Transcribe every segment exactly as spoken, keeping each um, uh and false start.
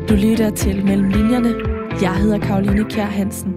Du lytter til Mellem Linjerne. Jeg hedder Caroline Kjær Hansen.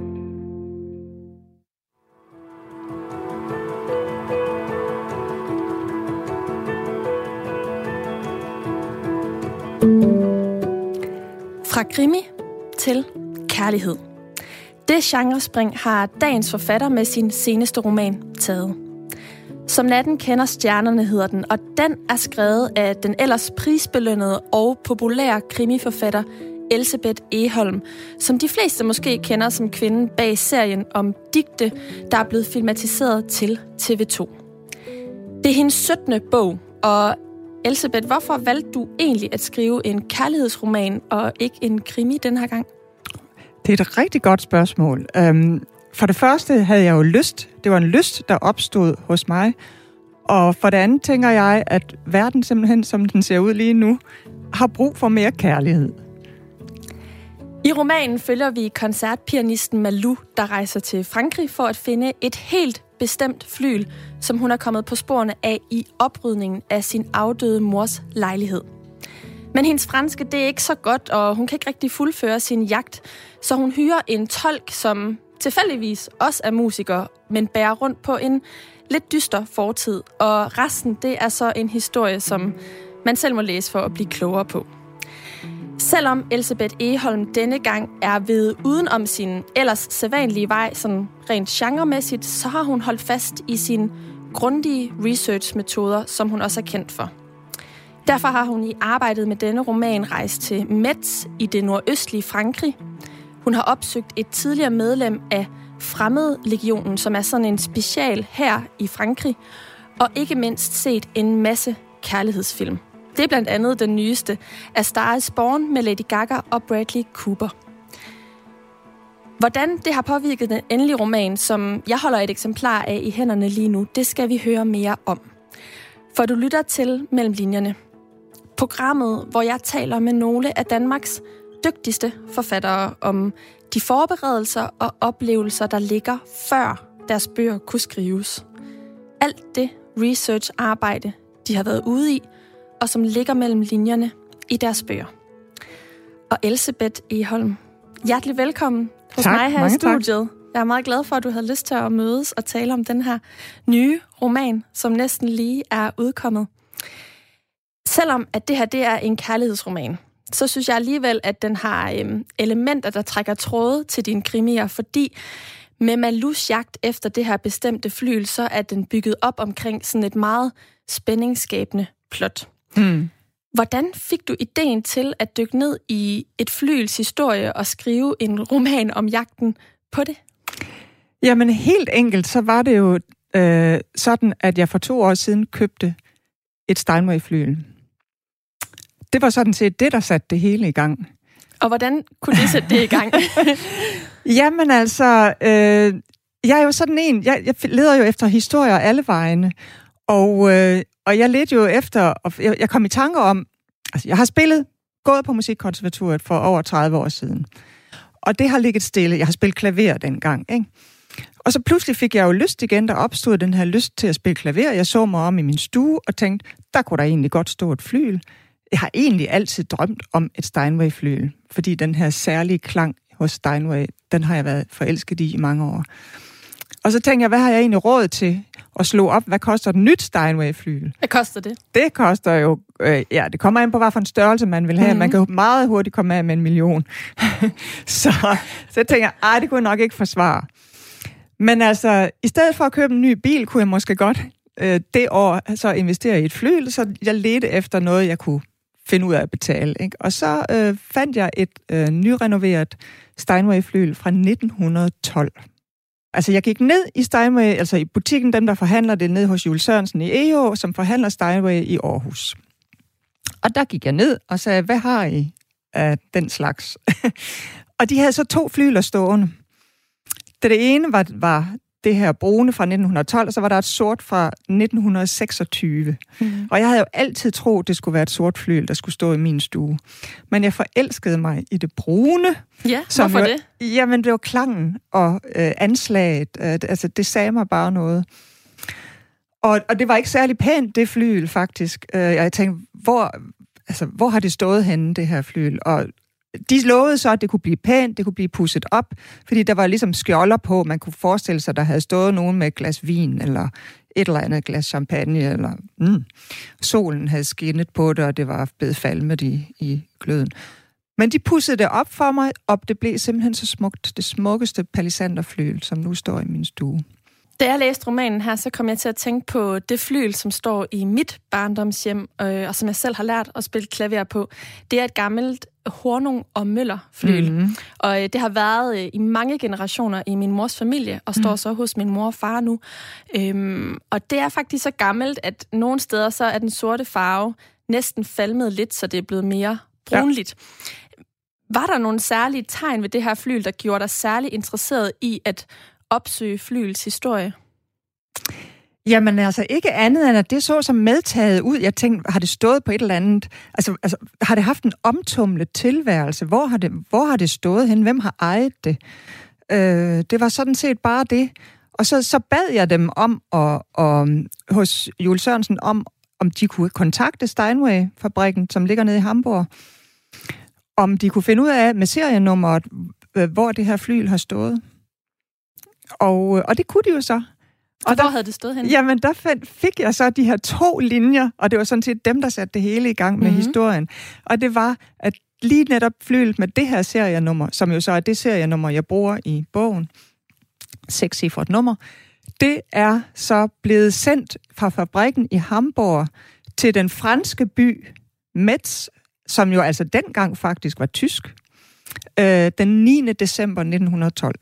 Fra krimi til kærlighed. Det genrespring har dagens forfatter med sin seneste roman taget. Som natten kender stjernerne hedder den, og den er skrevet af den ellers prisbelønnede og populære krimiforfatter Elsebeth Egholm, som de fleste måske kender som kvinden bag serien om digte, der er blevet filmatiseret til T V to. Det er hendes syttende bog, og Elsebeth, hvorfor valgte du egentlig at skrive en kærlighedsroman og ikke en krimi den her gang? Det er et rigtig godt spørgsmål. Um, for det første havde jeg jo lyst. Det var en lyst, der opstod hos mig. Og for det andet tænker jeg, at verden simpelthen, som den ser ud lige nu, har brug for mere kærlighed. I romanen følger vi koncertpianisten Malou, der rejser til Frankrig for at finde et helt bestemt flyl, som hun er kommet på sporene af i oprydningen af sin afdøde mors lejlighed. Men hendes franske, det er ikke så godt, og hun kan ikke rigtig fuldføre sin jagt, så hun hyrer en tolk, som tilfældigvis også er musiker, men bærer rundt på en lidt dyster fortid. Og resten, det er så en historie, som man selv må læse for at blive klogere på. Selvom Elsebeth Egholm denne gang er ved uden om sin ellers sædvanlige vej, sådan rent genremæssigt, så har hun holdt fast i sine grundige researchmetoder, som hun også er kendt for. Derfor har hun i arbejdet med denne roman rejst til Metz i det nordøstlige Frankrig. Hun har opsøgt et tidligere medlem af Fremmedlegionen, som er sådan en special her i Frankrig, og ikke mindst set en masse kærlighedsfilm. Det er blandt andet den nyeste, A Star is Born med Lady Gaga og Bradley Cooper. Hvordan det har påvirket den endelige roman, som jeg holder et eksemplar af i hænderne lige nu, det skal vi høre mere om. For du lytter til Mellem Linjerne. Programmet, hvor jeg taler med nogle af Danmarks dygtigste forfattere om de forberedelser og oplevelser, der ligger før deres bøger kunne skrives. Alt det research-arbejde, de har været ude i, og som ligger mellem linjerne i deres bøger. Og Elsebeth Egholm, hjertelig velkommen hos tak, mig her i studiet. Tak. Jeg er meget glad for, at du havde lyst til at mødes og tale om den her nye roman, som næsten lige er udkommet. Selvom at det her det er en kærlighedsroman, så synes jeg alligevel, at den har øhm, elementer, der trækker tråde til dine krimier, fordi med Malous jagt efter det her bestemte flyl, så er den bygget op omkring sådan et meget spændingsskabende plot. Hmm. Hvordan fik du ideen til at dykke ned i et flyls historie og skrive en roman om jagten på det? Jamen helt enkelt, så var det jo øh, sådan, at jeg for to år siden købte et Steinway-flyl. Det var sådan set det, der satte det hele i gang. Og hvordan kunne det sætte det i gang? Jamen altså, øh, jeg er jo sådan en, jeg, jeg leder jo efter historier alle vegne, og, øh, og jeg ledte jo efter, og jeg, jeg kom i tanker om, altså jeg har spillet, gået på Musikkonservatoriet for over tredive år siden, og det har ligget stille. Jeg har spillet klaver dengang, ikke? Og så pludselig fik jeg jo lyst igen, der opstod den her lyst til at spille klaver. Jeg så mig om i min stue og tænkte, der kunne der egentlig godt stå et flyl. Jeg har egentlig altid drømt om et Steinway-flyl, fordi den her særlige klang hos Steinway, den har jeg været forelsket i i mange år. Og så tænkte jeg, hvad har jeg egentlig råd til at slå op? Hvad koster et nyt Steinway-flyl? Hvad koster det? Det koster jo, øh, ja, det kommer ind på, hvad for en størrelse man vil have. Mm-hmm. Man kan jo meget hurtigt komme af med en million. så, så jeg tænker, ej, det kunne jeg nok ikke forsvare. Men altså, i stedet for at købe en ny bil, kunne jeg måske godt øh, det år så investere i et flyl, så jeg ledte efter noget, jeg kunne finde ud af at betale. Ikke? Og så øh, fandt jeg et øh, nyrenoveret Steinway-flyl fra nitten tolv. Altså, jeg gik ned i Steinway, altså i butikken, dem der forhandler det, ned hos Jules Sørensen i E O, som forhandler Steinway i Aarhus. Og der gik jeg ned og sagde, hvad har I af den slags? Og de havde så to flyler stående. Det ene var, var det her brune fra nitten tolv, og så var der et sort fra nitten seksogtyve. Mm. Og jeg havde jo altid troet, det skulle være et sort flyl, der skulle stå i min stue. Men jeg forelskede mig i det brune. Ja, hvorfor jo, det? Jamen, det var klangen og øh, anslaget. Øh, altså, det sagde mig bare noget. Og, og det var ikke særlig pænt, det flyl, faktisk. Øh, jeg tænkte, hvor, altså, hvor har det stået henne, det her flyl? Og de lovede så, at det kunne blive pænt, det kunne blive pudset op, fordi der var ligesom skjolder på, man kunne forestille sig, der havde stået nogen med et glas vin, eller et eller andet glas champagne, eller mm, solen havde skinnet på det, og det var blevet falmet i, i gløden. Men de pudsede det op for mig, og det blev simpelthen så smukt. Det smukkeste palisanderflyl, som nu står i min stue. Da jeg læste romanen her, så kom jeg til at tænke på det flyl, som står i mit barndomshjem, øh, og som jeg selv har lært at spille klaver på. Det er et gammelt Hornung og Møller flyl, mm-hmm. og øh, det har været øh, i mange generationer i min mors familie, og står mm. så hos min mor og far nu. Øhm, og det er faktisk så gammelt, at nogle steder så er den sorte farve næsten falmet lidt, så det er blevet mere brunligt. Ja. Var der nogle særlige tegn ved det her flyl, der gjorde dig særlig interesseret i at opsøge flyls historie? Jamen altså ikke andet end, at det så som medtaget ud. Jeg tænkte, har det stået på et eller andet? Altså, altså har det haft en omtumlet tilværelse? Hvor har det, hvor har det stået hen? Hvem har ejet det? Øh, det var sådan set bare det. Og så, så bad jeg dem om, og, og hos Jules Sørensen, om, om de kunne kontakte Steinway-fabrikken, som ligger nede i Hamburg, om de kunne finde ud af med serienummeret, hvor det her flyl har stået. Og, og det kunne de jo så. Og, og hvor der, havde det stået henne? Jamen, der fik jeg så de her to linjer, og det var sådan set dem, der satte det hele i gang med mm-hmm. historien. Og det var, at lige netop flylet med det her serienummer, som jo så er det serienummer, jeg bruger i bogen, sekscifret nummer, det er så blevet sendt fra fabrikken i Hamburg til den franske by Metz, som jo altså dengang faktisk var tysk, øh, den niende december nitten tolv.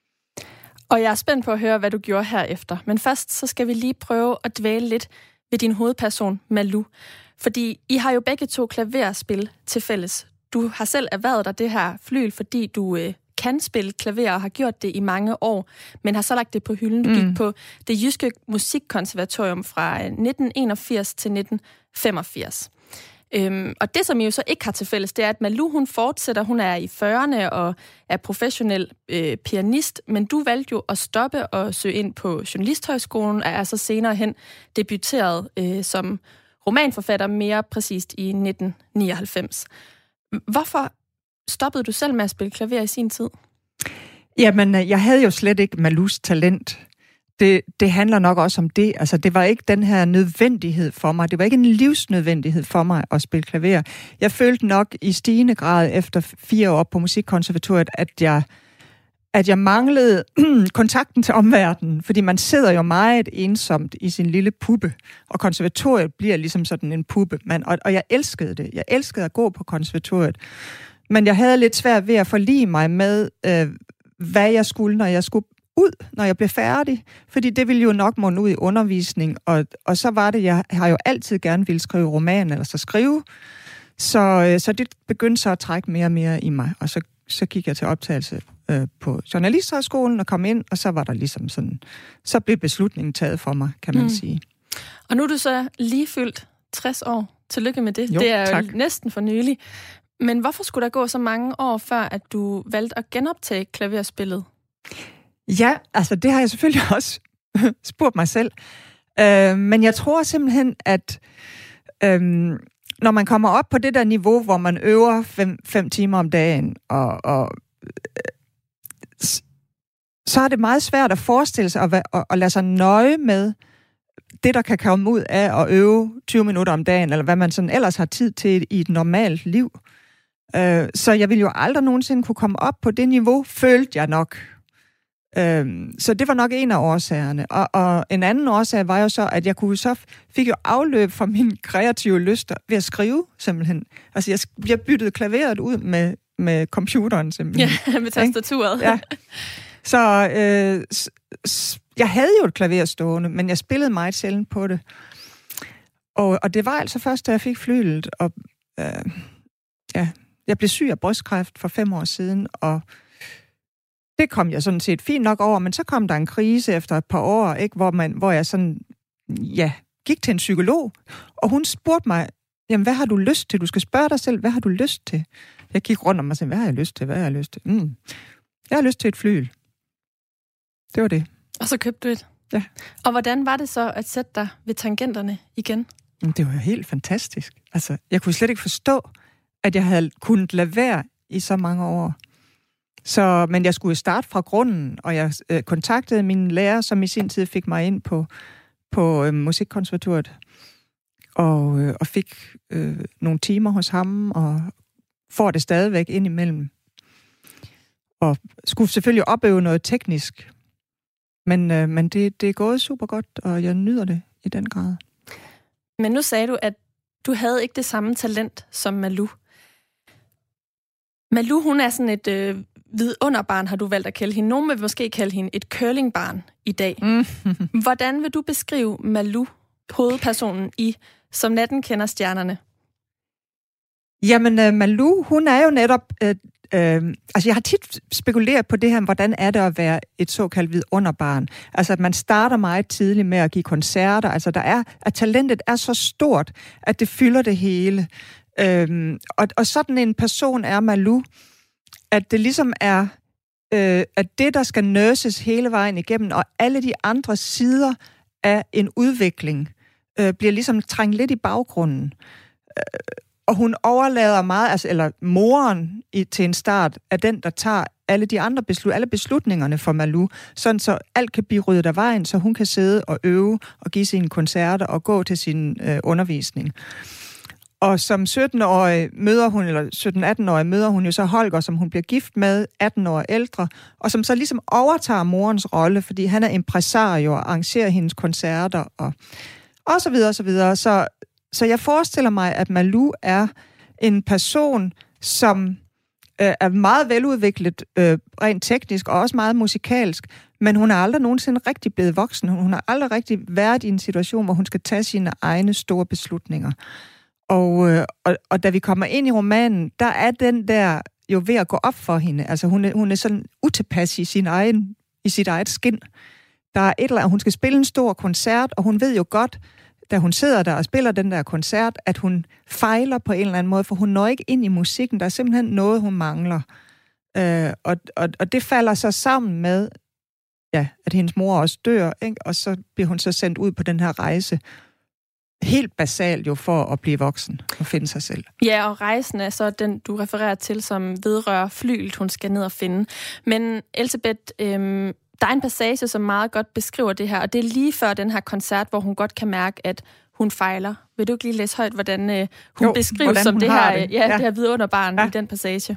Og jeg er spændt på at høre, hvad du gjorde herefter. Men først så skal vi lige prøve at dvæle lidt ved din hovedperson, Malou. Fordi I har jo begge to klaverspil til fælles. Du har selv erhvervet dig det her flyl, fordi du øh, kan spille klaver og har gjort det i mange år, men har så lagt det på hylden. Du mm. gik på det Jyske Musikkonservatorium fra nitten enogfirs til nitten femogfirs. Øhm, og det, som I jo så ikke har til fælles, det er, at Malou, hun fortsætter, hun er i fyrrerne og er professionel øh, pianist, men du valgte jo at stoppe og søge ind på Journalisthøjskolen, og er så senere hen debuteret øh, som romanforfatter, mere præcist i nitten nioghalvfems. Hvorfor stoppede du selv med at spille klaver i sin tid? Jamen, jeg havde jo slet ikke Malous talent. Det, det handler nok også om det. Altså, det var ikke den her nødvendighed for mig. Det var ikke en livsnødvendighed for mig at spille klaver. Jeg følte nok i stigende grad efter fire år på Musikkonservatoriet, at jeg, at jeg manglede kontakten til omverdenen, fordi man sidder jo meget ensomt i sin lille puppe, og konservatoriet bliver ligesom sådan en puppe. Man, og, og jeg elskede det. Jeg elskede at gå på konservatoriet. Men jeg havde lidt svært ved at forlige mig med, øh, hvad jeg skulle, når jeg skulle ud, når jeg blev færdig, fordi det ville jo nok munde ud i undervisning, og, og så var det, jeg har jo altid gerne ville skrive roman, eller så skrive, så, så det begyndte så at trække mere og mere i mig, og så, så gik jeg til optagelse øh, på Journalisthøjskolen og kom ind, og så var der ligesom sådan, så blev beslutningen taget for mig, kan man mm. sige. Og nu er du så lige fyldt tres år. Tillykke med det. Jo, det er tak. jo næsten for nylig. Men hvorfor skulle der gå så mange år, før at du valgte at genoptage klaverspillet? Ja, altså det har jeg selvfølgelig også spurgt mig selv. Øh, men jeg tror simpelthen, at øh, når man kommer op på det der niveau, hvor man øver fem, fem timer om dagen, og, og øh, så er det meget svært at forestille sig at, at, at lade sig nøje med det, der kan komme ud af at øve tyve minutter om dagen, eller hvad man sådan ellers har tid til i et normalt liv. Øh, så jeg ville jo aldrig nogensinde kunne komme op på det niveau, følte jeg nok. Øhm, så det var nok en af årsagerne. Og, og en anden årsag var jo så, at jeg kunne så fik jo afløb fra mine kreative lyster ved at skrive, simpelthen. Altså, jeg, jeg byttede klaveret ud med, med computeren, simpelthen. Ja, med tastaturet. Ja. Så øh, s, s, jeg havde jo et klaver stående, men jeg spillede meget sjældent på det. Og, og det var altså først, da jeg fik flylet, og øh, ja, jeg blev syg af brystkræft for fem år siden, og det kom jeg sådan set fint nok over, men så kom der en krise efter et par år, ikke, hvor, man, hvor jeg sådan, ja, gik til en psykolog, og hun spurgte mig, jamen, hvad har du lyst til? Du skal spørge dig selv, hvad har du lyst til? Jeg gik rundt om mig og sagde, hvad har jeg lyst til? Hvad har jeg lyst til? Mm. Jeg har lyst til et flyl. Det var det. Og så købte du et? Ja. Og hvordan var det så at sætte dig ved tangenterne igen? Det var jo helt fantastisk. Altså, jeg kunne slet ikke forstå, at jeg havde kunnet lade være i så mange år. Så, men jeg skulle starte fra grunden, og jeg øh, kontaktede min lærer, som i sin tid fik mig ind på, på øh, musikkonservatoriet, og, øh, og fik øh, nogle timer hos ham, og får det stadigvæk ind imellem. Og skulle selvfølgelig opøve noget teknisk, men, øh, men det, det er gået super godt, og jeg nyder det i den grad. Men nu sagde du, at du havde ikke det samme talent som Malou. Malou, hun er sådan et øh, vidunderbarn, har du valgt at kalde hende. Nogen vil måske kalde hende et curlingbarn i dag. Mm. Hvordan vil du beskrive Malou, hovedpersonen i Som natten kender stjernerne? Jamen, uh, Malou, hun er jo netop... Uh, uh, altså, jeg har tit spekuleret på det her, hvordan er det at være et såkaldt vidunderbarn. Altså, at man starter meget tidligt med at give koncerter. Altså, der er, at talentet er så stort, at det fylder det hele. Uh, og, og sådan en person er Malou, at det ligesom er øh, at det, der skal nurses hele vejen igennem, og alle de andre sider af en udvikling, øh, bliver ligesom trængt lidt i baggrunden. Øh, og hun overlader meget, altså, eller moren i, til en start, er den, der tager alle de andre beslut, alle beslutningerne for Malou, sådan så alt kan blive ryddet af vejen, så hun kan sidde og øve og give sine koncerter og gå til sin øh, undervisning. Og som sytten-årig møder hun, eller sytten-atten-årig møder hun jo så Holger, som hun bliver gift med, atten år ældre, og som så ligesom overtager morens rolle, fordi han er impresario og arrangerer hendes koncerter, og, og så videre, og så videre. Så, så jeg forestiller mig, at Malou er en person, som øh, er meget veludviklet, øh, rent teknisk, og også meget musikalsk, men hun er aldrig nogensinde rigtig blevet voksen. Hun har aldrig rigtig været i en situation, hvor hun skal tage sine egne store beslutninger. Og, øh, og, og da vi kommer ind i romanen, der er den der jo ved at gå op for hende. Altså hun er, hun er sådan utilpas i, sin egen, i sit eget skin. Der er et eller andet, hun skal spille en stor koncert, og hun ved jo godt, da hun sidder der og spiller den der koncert, at hun fejler på en eller anden måde, for hun når ikke ind i musikken. Der er simpelthen noget, hun mangler. Øh, og, og, og det falder så sammen med, ja, at hendes mor også dør, ikke? Og så bliver hun så sendt ud på den her rejse, helt basalt jo for at blive voksen og finde sig selv. Ja, og rejsen er så den, du refererer til, som vedrører flylet, hun skal ned og finde. Men Elsebeth, øhm, der er en passage, som meget godt beskriver det her, og det er lige før den her koncert, hvor hun godt kan mærke, at hun fejler. Vil du ikke lige læse højt, hvordan øh, hun jo, beskrives hvordan som hun det, her, det. Ja, ja. det her vidunderbarn ja. i den passage?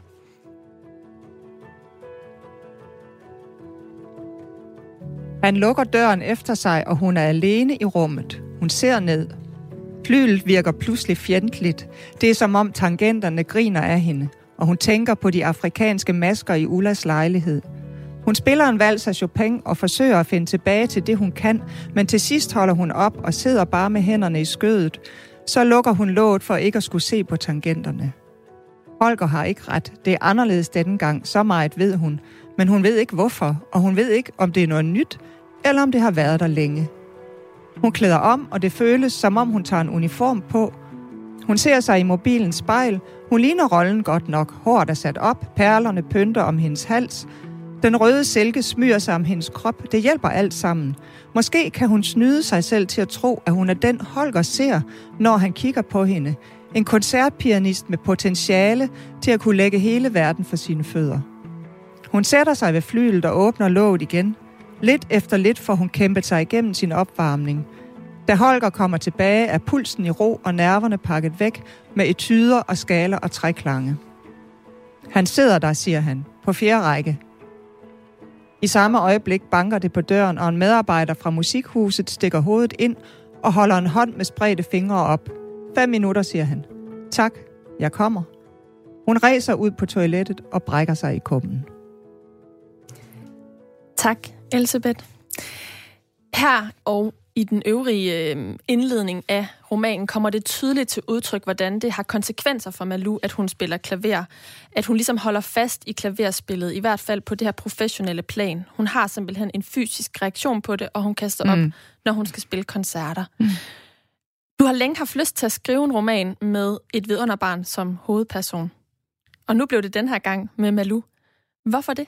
Han lukker døren efter sig, og hun er alene i rummet. Hun ser ned. Flylet virker pludselig fjendtligt. Det er som om tangenterne griner af hende, og hun tænker på de afrikanske masker i Ullas lejlighed. Hun spiller en vals af Chopin og forsøger at finde tilbage til det, hun kan, men til sidst holder hun op og sidder bare med hænderne i skødet. Så lukker hun låget for ikke at skulle se på tangenterne. Holger har ikke ret. Det er anderledes denne gang, så meget ved hun. Men hun ved ikke hvorfor, og hun ved ikke, om det er noget nyt, eller om det har været der længe. Hun klæder om, og det føles, som om hun tager en uniform på. Hun ser sig i mobilens spejl. Hun ligner rollen godt nok. Håret er sat op, perlerne pynter om hendes hals. Den røde silke smyger sig om hendes krop. Det hjælper alt sammen. Måske kan hun snyde sig selv til at tro, at hun er den, Holger ser, når han kigger på hende. En koncertpianist med potentiale til at kunne lægge hele verden for sine fødder. Hun sætter sig ved flylet og åbner låget igen. Lidt efter lidt får hun kæmpet sig igennem sin opvarmning. Da Holger kommer tilbage, er pulsen i ro og nerverne pakket væk med etyder og skaler og træklange. Han sidder der, siger han, på fjerde række. I samme øjeblik banker det på døren, og en medarbejder fra musikhuset stikker hovedet ind og holder en hånd med spredte fingre op. Fem minutter, siger han. Tak, jeg kommer. Hun ræser ud på toilettet og brækker sig i kummen. Tak, Elsebeth. Her og i den øvrige indledning af romanen kommer det tydeligt til udtryk, hvordan det har konsekvenser for Malou, at hun spiller klaver. At hun ligesom holder fast i klaverspillet, i hvert fald på det her professionelle plan. Hun har simpelthen en fysisk reaktion på det, og hun kaster op, mm. når hun skal spille koncerter. Mm. Du har længe haft lyst til at skrive en roman med et vidunderbarn som hovedperson. Og nu blev det den her gang med Malou. Hvorfor det?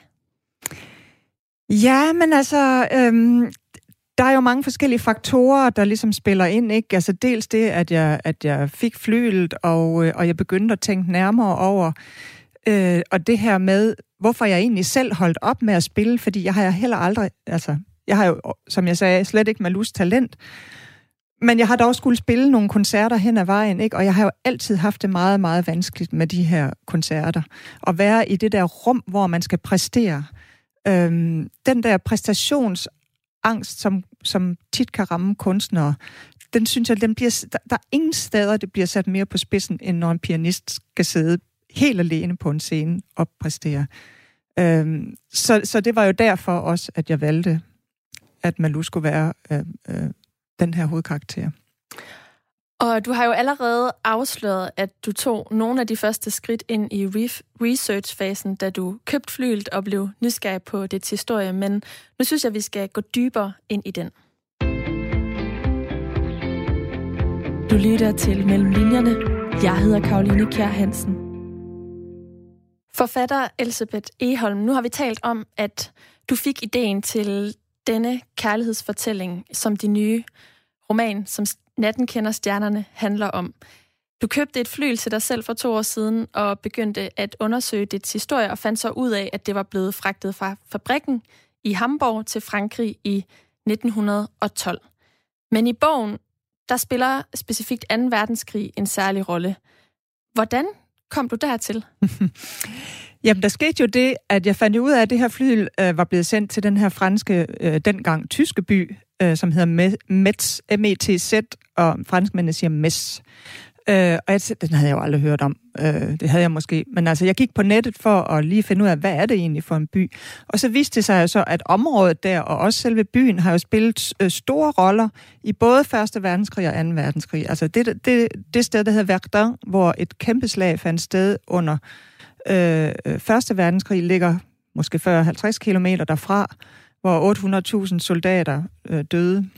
Ja, men altså, øhm, der er jo mange forskellige faktorer, der ligesom spiller ind, ikke? Altså dels det, at jeg, at jeg fik flylet, og, og jeg begyndte at tænke nærmere over Øh, og det her med, hvorfor jeg egentlig selv holdt op med at spille, fordi jeg har heller aldrig, altså, jeg har jo, som jeg sagde, slet ikke Malous talent, men jeg har dog skulle spille nogle koncerter hen ad vejen, ikke? Og jeg har jo altid haft det meget, meget vanskeligt med de her koncerter. At være i det der rum, hvor man skal præstere. Øhm, den der præstationsangst, som, som tit kan ramme kunstnere, den synes jeg, den bliver, der, der er ingen steder, det bliver sat mere på spidsen, end når en pianist skal sidde helt alene på en scene og præstere. Øhm, så, så det var jo derfor også, at jeg valgte, at Malou skulle være øh, øh, den her hovedkarakter. Og du har jo allerede afsløret, at du tog nogle af de første skridt ind i research-fasen, da du købte flyet og blev nysgerrig på dets historie, men nu synes jeg, vi skal gå dybere ind i den. Du lytter til Mellem Linjerne. Jeg hedder Caroline Kjær Hansen. Forfatter Elsebeth Egholm, nu har vi talt om, at du fik ideen til denne kærlighedsfortælling, som din nye roman, som Natten kender stjernerne, handler om. Du købte et fly til dig selv for to år siden og begyndte at undersøge dets historie og fandt så ud af, at det var blevet fragtet fra fabrikken i Hamburg til Frankrig i nitten tolv. Men i bogen, der spiller specifikt anden verdenskrig en særlig rolle. Hvordan kom du dertil? Jamen, der skete jo det, at jeg fandt ud af, at det her fly øh, var blevet sendt til den her franske, øh, dengang tyske by, øh, som hedder Metz, M E T Z, og franskmændene siger Metz. Øh, og jeg, den havde jeg jo aldrig hørt om. Øh, det havde jeg måske. Men altså, jeg gik på nettet for at lige finde ud af, hvad er det egentlig for en by? Og så viste det sig jo så, at området der, og også selve byen, har jo spillet øh, store roller i både første verdenskrig og anden verdenskrig. Altså, det, det, det sted, der hedder Verdun, hvor et kæmpe slag fandt sted under øh, første verdenskrig, ligger måske fyrre til halvtreds kilometer derfra, hvor otte hundrede tusind soldater øh, døde.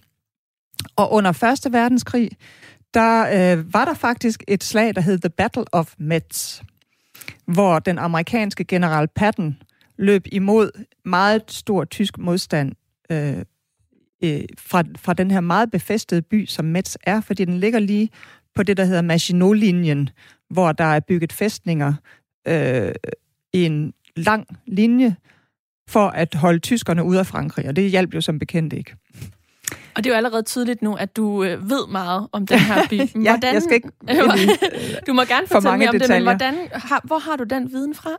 Og under første verdenskrig, der øh, var der faktisk et slag, der hed The Battle of Metz, hvor den amerikanske general Patton løb imod meget stor tysk modstand øh, øh, fra, fra den her meget befæstede by, som Metz er, fordi den ligger lige på det, der hedder Maginot-linjen, hvor der er bygget fæstninger øh, i en lang linje for at holde tyskerne ude af Frankrig, og det hjalp jo som bekendt ikke. Og det er jo allerede tydeligt nu, at du øh, ved meget om den her by. Hvordan, ja, jeg skal ikke du må gerne fortælle mere om detaljer. Det, men hvordan, har, hvor har du den viden fra?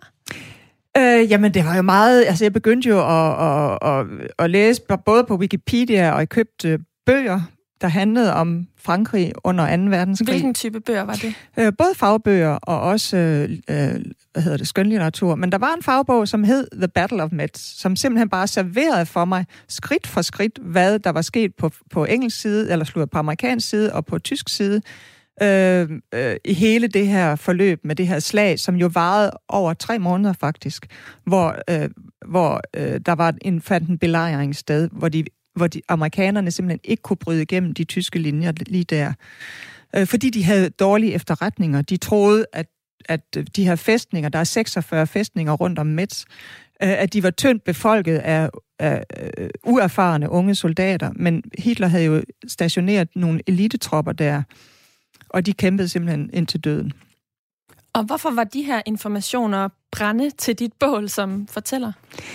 Øh, jamen, det var jo meget... Altså, jeg begyndte jo at, at, at, at læse både på Wikipedia, og jeg købte bøger, der handlede om Frankrig under anden verdenskrig. Hvilken type bøger var det? Øh, både fagbøger og også øh, hvad hedder det, skønlitteratur. Men der var en fagbog, som hed The Battle of Metz, som simpelthen bare serverede for mig skridt for skridt, hvad der var sket på, på engelsk side, eller slået på amerikansk side og på tysk side, øh, øh, i hele det her forløb med det her slag, som jo varede over tre måneder faktisk, hvor, øh, hvor øh, der var en, fandt en belejringssted, hvor de hvor de amerikanerne simpelthen ikke kunne bryde igennem de tyske linjer lige der. Øh, fordi de havde dårlige efterretninger. De troede, at, at de her fæstninger, der er seksogfyrre fæstninger rundt om Metz, øh, at de var tyndt befolket af, af uh, uerfarne unge soldater. Men Hitler havde jo stationeret nogle elitetropper der, og de kæmpede simpelthen indtil døden. Og hvorfor var de her informationer brænde til dit bål som fortæller?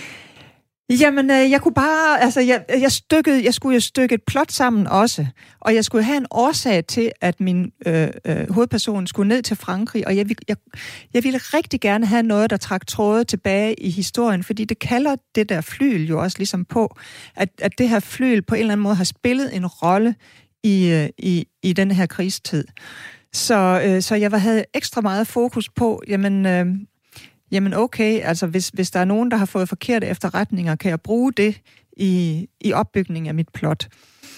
Jamen, øh, jeg kunne bare, altså, jeg, jeg, stykkede, jeg skulle jo stykke et plot sammen også, og jeg skulle have en årsag til, at min øh, øh, hovedperson skulle ned til Frankrig, og jeg, jeg, jeg ville rigtig gerne have noget, der trak tråde tilbage i historien, fordi det kalder det der flyl jo også ligesom på, at, at det her flyl på en eller anden måde har spillet en rolle i, i, i den her krigstid. Så, øh, så jeg havde ekstra meget fokus på, jamen... Øh, Jamen okay, altså hvis, hvis der er nogen, der har fået forkerte efterretninger, kan jeg bruge det i, i opbygningen af mit plot.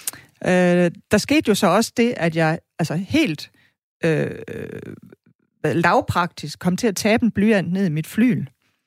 Øh, der skete jo så også det, at jeg altså helt øh, lavpraktisk kom til at tabe en blyant ned i mit flyl.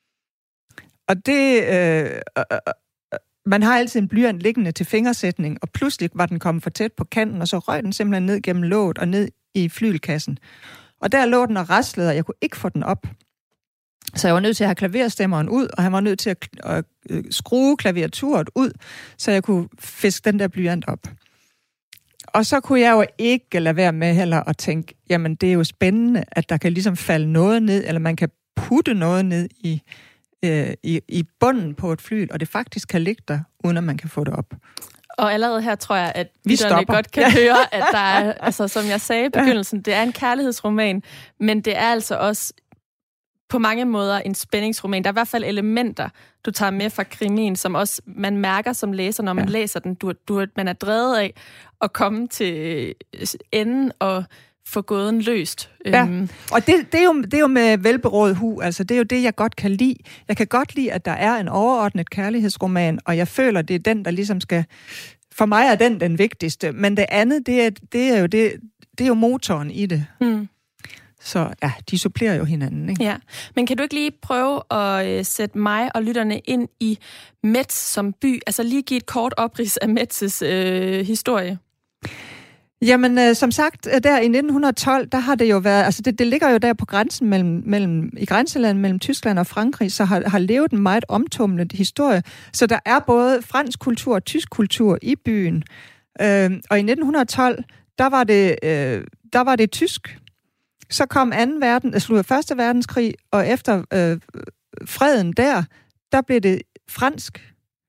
Og det... Øh, øh, man har altid en blyant liggende til fingersætning, og pludselig var den kommet for tæt på kanten, og så røg den simpelthen ned gennem låget og ned i flylkassen. Og der lå den og raslede, og jeg kunne ikke få den op. Så jeg var nødt til at have klaverstemmeren ud, og han var nødt til at, at, at skrue klaviaturet ud, så jeg kunne fiske den der blyant op. Og så kunne jeg jo ikke lade være med heller at tænke, jamen det er jo spændende, at der kan ligesom falde noget ned, eller man kan putte noget ned i, øh, i, i bunden på et fly, og det faktisk kan ligge der, uden at man kan få det op. Og allerede her tror jeg, at vi lytterne godt kan høre, at der er, altså som jeg sagde i begyndelsen, det er en kærlighedsroman, men det er altså også på mange måder en spændingsroman. Der er i hvert fald elementer, du tager med fra krimien, som også man mærker som læser, når man ja. læser den. Du, du, man er drevet af at komme til enden og få gåden løst. Ja, og det, det, er jo, det er jo med velberådet hu, altså det er jo det, jeg godt kan lide. Jeg kan godt lide, at der er en overordnet kærlighedsroman, og jeg føler, det er den, der ligesom skal... For mig er den den vigtigste, men det andet, det er, det er, jo, det, det er jo motoren i det. Mm. Så ja, de supplerer jo hinanden, ikke? Ja, men kan du ikke lige prøve at øh, sætte mig og lytterne ind i Metz som by? Altså lige give et kort oprids af Metz's øh, historie. Jamen, øh, som sagt, der i nitten tolv, der har det jo været, altså det, det ligger jo der på grænsen mellem, mellem, i grænselandet mellem Tyskland og Frankrig, så har, har levet en meget omtumlet historie. Så der er både fransk kultur og tysk kultur i byen. Øh, og i nitten tolv, der var det, øh, der var det tysk. Så kom anden verden, altså første verdenskrig, og efter øh, freden der, der blev det fransk.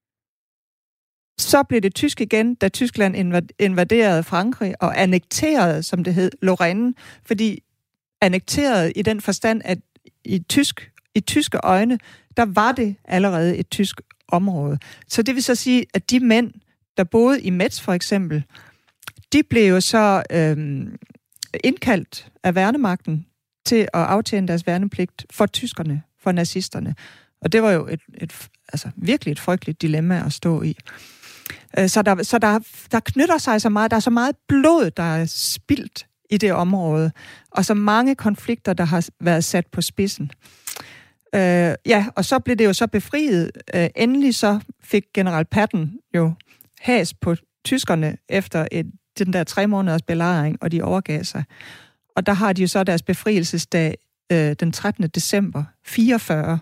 Så blev det tysk igen, da Tyskland invaderede Frankrig og annekterede, som det hed, Lorraine, fordi annekterede i den forstand, at i, tysk, i tyske øjne, der var det allerede et tysk område. Så det vil så sige, at de mænd, der boede i Metz for eksempel, de blev jo så øh, indkaldt af værnemagten til at aftjene deres værnepligt for tyskerne, for nazisterne. Og det var jo et, et, altså virkelig et frygteligt dilemma at stå i. Så, der, så der, der knytter sig så meget, der er så meget blod, der er spildt i det område, og så mange konflikter, der har været sat på spidsen. Øh, ja, og så blev det jo så befriet. Øh, endelig så fik general Patton jo has på tyskerne efter et, den der tre måneders belejring, og de overgav sig. Og der har de jo så deres befrielsesdag øh, den trettende december fireogfyrre.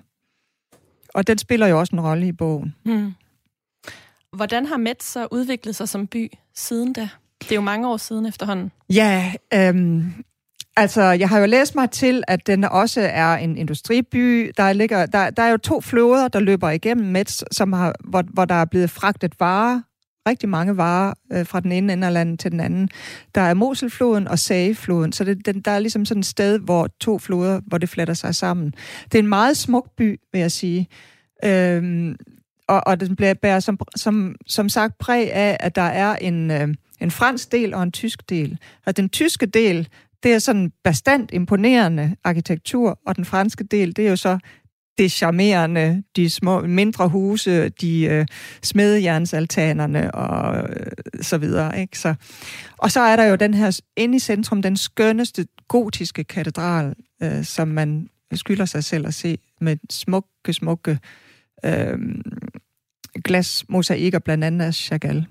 Og den spiller jo også en rolle i bogen. Hmm. Hvordan har Metz så udviklet sig som by siden da? Det er jo mange år siden efterhånden. Ja, øhm, altså jeg har jo læst mig til, at den også er en industriby. Der, ligger, der, der er jo to floder, der løber igennem Metz, som har, hvor, hvor der er blevet fragtet varer, rigtig mange varer øh, fra den ene ende af landet til den anden. Der er Moselfloden og Sagefloden, så det, den, der er ligesom sådan et sted, hvor to floder, hvor det fletter sig sammen. Det er en meget smuk by, vil jeg sige. Øhm, Og, og den bærer som, som, som sagt præg af, at der er en, øh, en fransk del og en tysk del. Og den tyske del, det er sådan bastant imponerende arkitektur, og den franske del, det er jo så det charmerende, de små, mindre huse, de øh, smedejernsaltanerne og øh, så videre. Ikke? Så, og så er der jo den her inde i centrum, den skønneste gotiske katedral, øh, som man skylder sig selv at se med smukke, smukke Øhm, glasmosaikker, blandt andet af Chagall.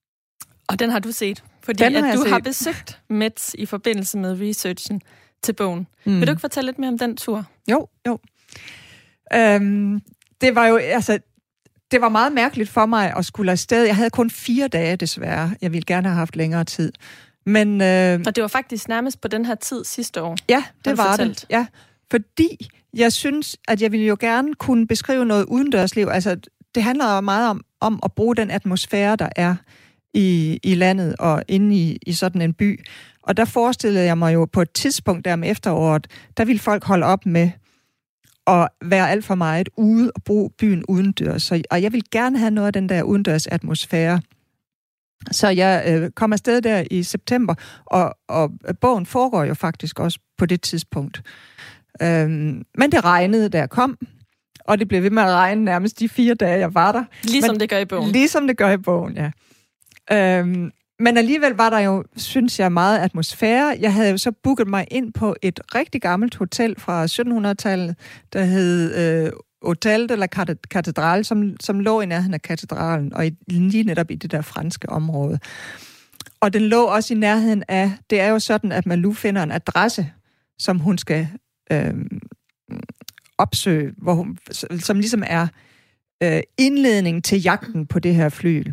Og den har du set, fordi at du set. har besøgt Metz i forbindelse med researchen til bogen. Mm. Vil du ikke fortælle lidt mere om den tur? Jo, jo. Øhm, det var jo, altså, det var meget mærkeligt for mig at skulle afsted. Jeg havde kun fire dage, desværre. Jeg ville gerne have haft længere tid. Men, øh, og det var faktisk nærmest på den her tid sidste år. Ja, det var fortalt. det. Ja, fordi jeg synes, at jeg ville jo gerne kunne beskrive noget udendørsliv. Altså, det handler jo meget om, om at bruge den atmosfære, der er i, i landet og inde i, i sådan en by. Og der forestillede jeg mig jo på et tidspunkt der om efteråret, der ville folk holde op med at være alt for meget ude og bruge byen udendørs. Så, og jeg vil gerne have noget af den der udendørs atmosfære. Så jeg øh, kom afsted der i september, og, og bogen foregår jo faktisk også på det tidspunkt. Øhm, men det regnede, da jeg kom, og det blev ved med at regne nærmest de fire dage, jeg var der. Ligesom men, det gør i bogen. Ligesom det gør i bogen, ja. Øhm, men alligevel var der jo, synes jeg, meget atmosfære. Jeg havde jo så booket mig ind på et rigtig gammelt hotel fra syttenhundredetallet, der hed øh, Hotel de la Cathédrale, som, som lå i nærheden af katedralen, og i, lige netop i det der franske område. Og den lå også i nærheden af, det er jo sådan, at Malou finder en adresse, som hun skal øh, opsøge, hvor hun, som ligesom er øh, indledning til jagten på det her fly.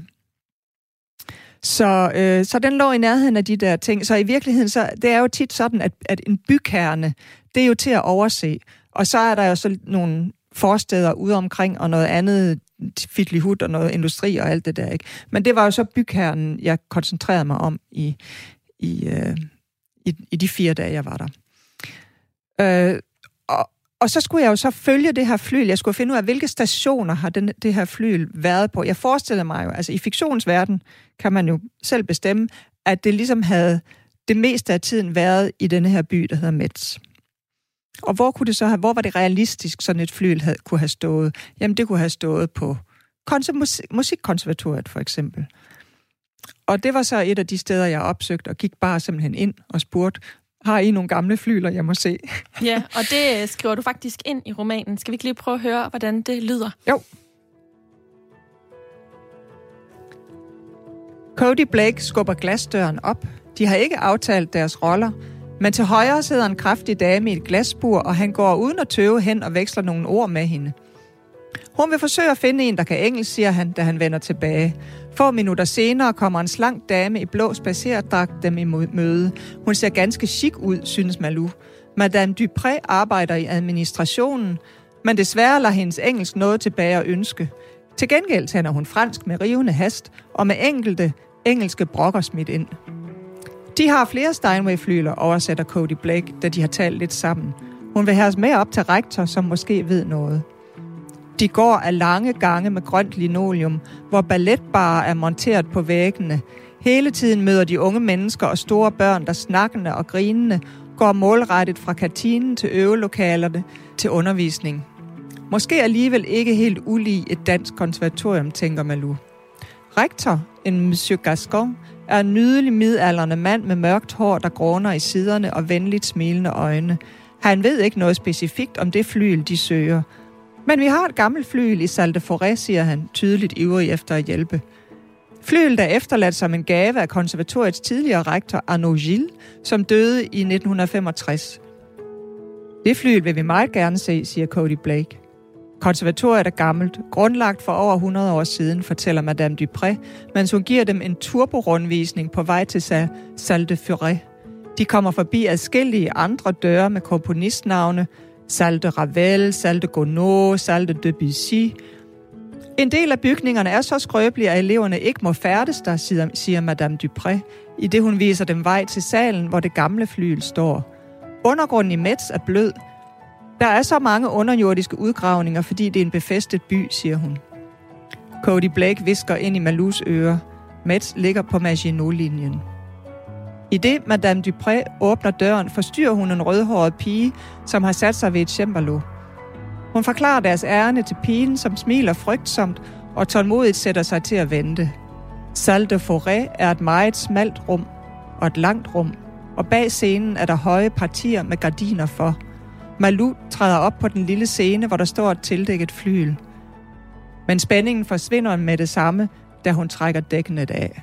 Så, øh, så den lå i nærheden af de der ting. Så i virkeligheden, så, det er jo tit sådan, at, at en bykerne, det er jo til at overse. Og så er der jo så nogle forsteder ude omkring, og noget andet fitlihut og noget industri og alt det der, ikke? Men det var jo så bygherren, jeg koncentrerede mig om i, i, øh, i, i de fire dage, jeg var der. Øh, og, og så skulle jeg jo så følge det her fly. Jeg skulle finde ud af, hvilke stationer har den, det her fly været på. Jeg forestillede mig jo, altså i fiktionsverden kan man jo selv bestemme, at det ligesom havde det meste af tiden været i denne her by, der hedder Metz. Og hvor kunne det så have, hvor var det realistisk, sådan et fly havde, kunne have stået? Jamen, det kunne have stået på konse- musikkonservatoriet, for eksempel. Og det var så et af de steder, jeg opsøgte, og gik bare simpelthen ind og spurgte, har I nogle gamle flyler, jeg må se? Ja, og det skriver du faktisk ind i romanen. Skal vi ikke lige prøve at høre, hvordan det lyder? Jo. Cody Blake skubber glasdøren op. De har ikke aftalt deres roller, men til højre sidder en kraftig dame i et glasbur, og han går uden at tøve hen og veksler nogle ord med hende. Hun vil forsøge at finde en, der kan engelsk, siger han, da han vender tilbage. Få minutter senere kommer en slank dame i blå spacerdragt dem i møde. Hun ser ganske chic ud, synes Malou. Madame Dupré arbejder i administrationen, men desværre lader hendes engelsk noget tilbage at ønske. Til gengæld taler hun fransk med rivende hast, og med enkelte engelske brokker smidt ind. De har flere Steinway-flyler, oversætter Cody Blake, da de har talt lidt sammen. Hun vil have os med op til rektor, som måske ved noget. De går af lange gange med grønt linoleum, hvor balletbarer er monteret på væggene. Hele tiden møder de unge mennesker og store børn, der snakkende og grinende går målrettet fra kantinen til øvelokalerne til undervisning. Måske alligevel ikke helt ulig et dansk konservatorium, tænker Malou. Rektor, en Monsieur Gascon, er en nydelig midaldrende mand med mørkt hår, der gråner i siderne og venligt smilende øjne. Han ved ikke noget specifikt om det flyl, de søger. Men vi har et gammelt flyl i Salle de Forêt, siger han, tydeligt ivrig efter at hjælpe. Flylet er efterladt som en gave af konservatoriets tidligere rektor Arnaud Gilles, som døde i nitten femogtres. Det flyl vil vi meget gerne se, siger Cody Blake. Konservatoriet er gammelt, grundlagt for over hundrede år siden, fortæller Madame Dupré, mens hun giver dem en turborundvisning på vej til Salle de Forêt. De kommer forbi adskillige andre døre med komponistnavne, Salle de Ravel, Salle de Gounod, Salle de Debussy. En del af bygningerne er så skrøbelige, at eleverne ikke må færdes der, siger, siger Madame Dupré, i det hun viser dem vej til salen, hvor det gamle flyl står. Undergrunden i Metz er blød. Der er så mange underjordiske udgravninger, fordi det er en befæstet by, siger hun. Cody Blake visker ind i Malous ører. Metz ligger på Maginot-linjen. I det Madame Dupré åbner døren, forstyrrer hun en rødhåret pige, som har sat sig ved et cembalo. Hun forklarer deres ærinde til pigen, som smiler frygtsomt og tålmodigt sætter sig til at vente. Salle de Forêt er et meget smalt rum og et langt rum, og bag scenen er der høje partier med gardiner for. Malou træder op på den lille scene, hvor der står et tildækket flyl. Men spændingen forsvinder med det samme, da hun trækker dækkenet af.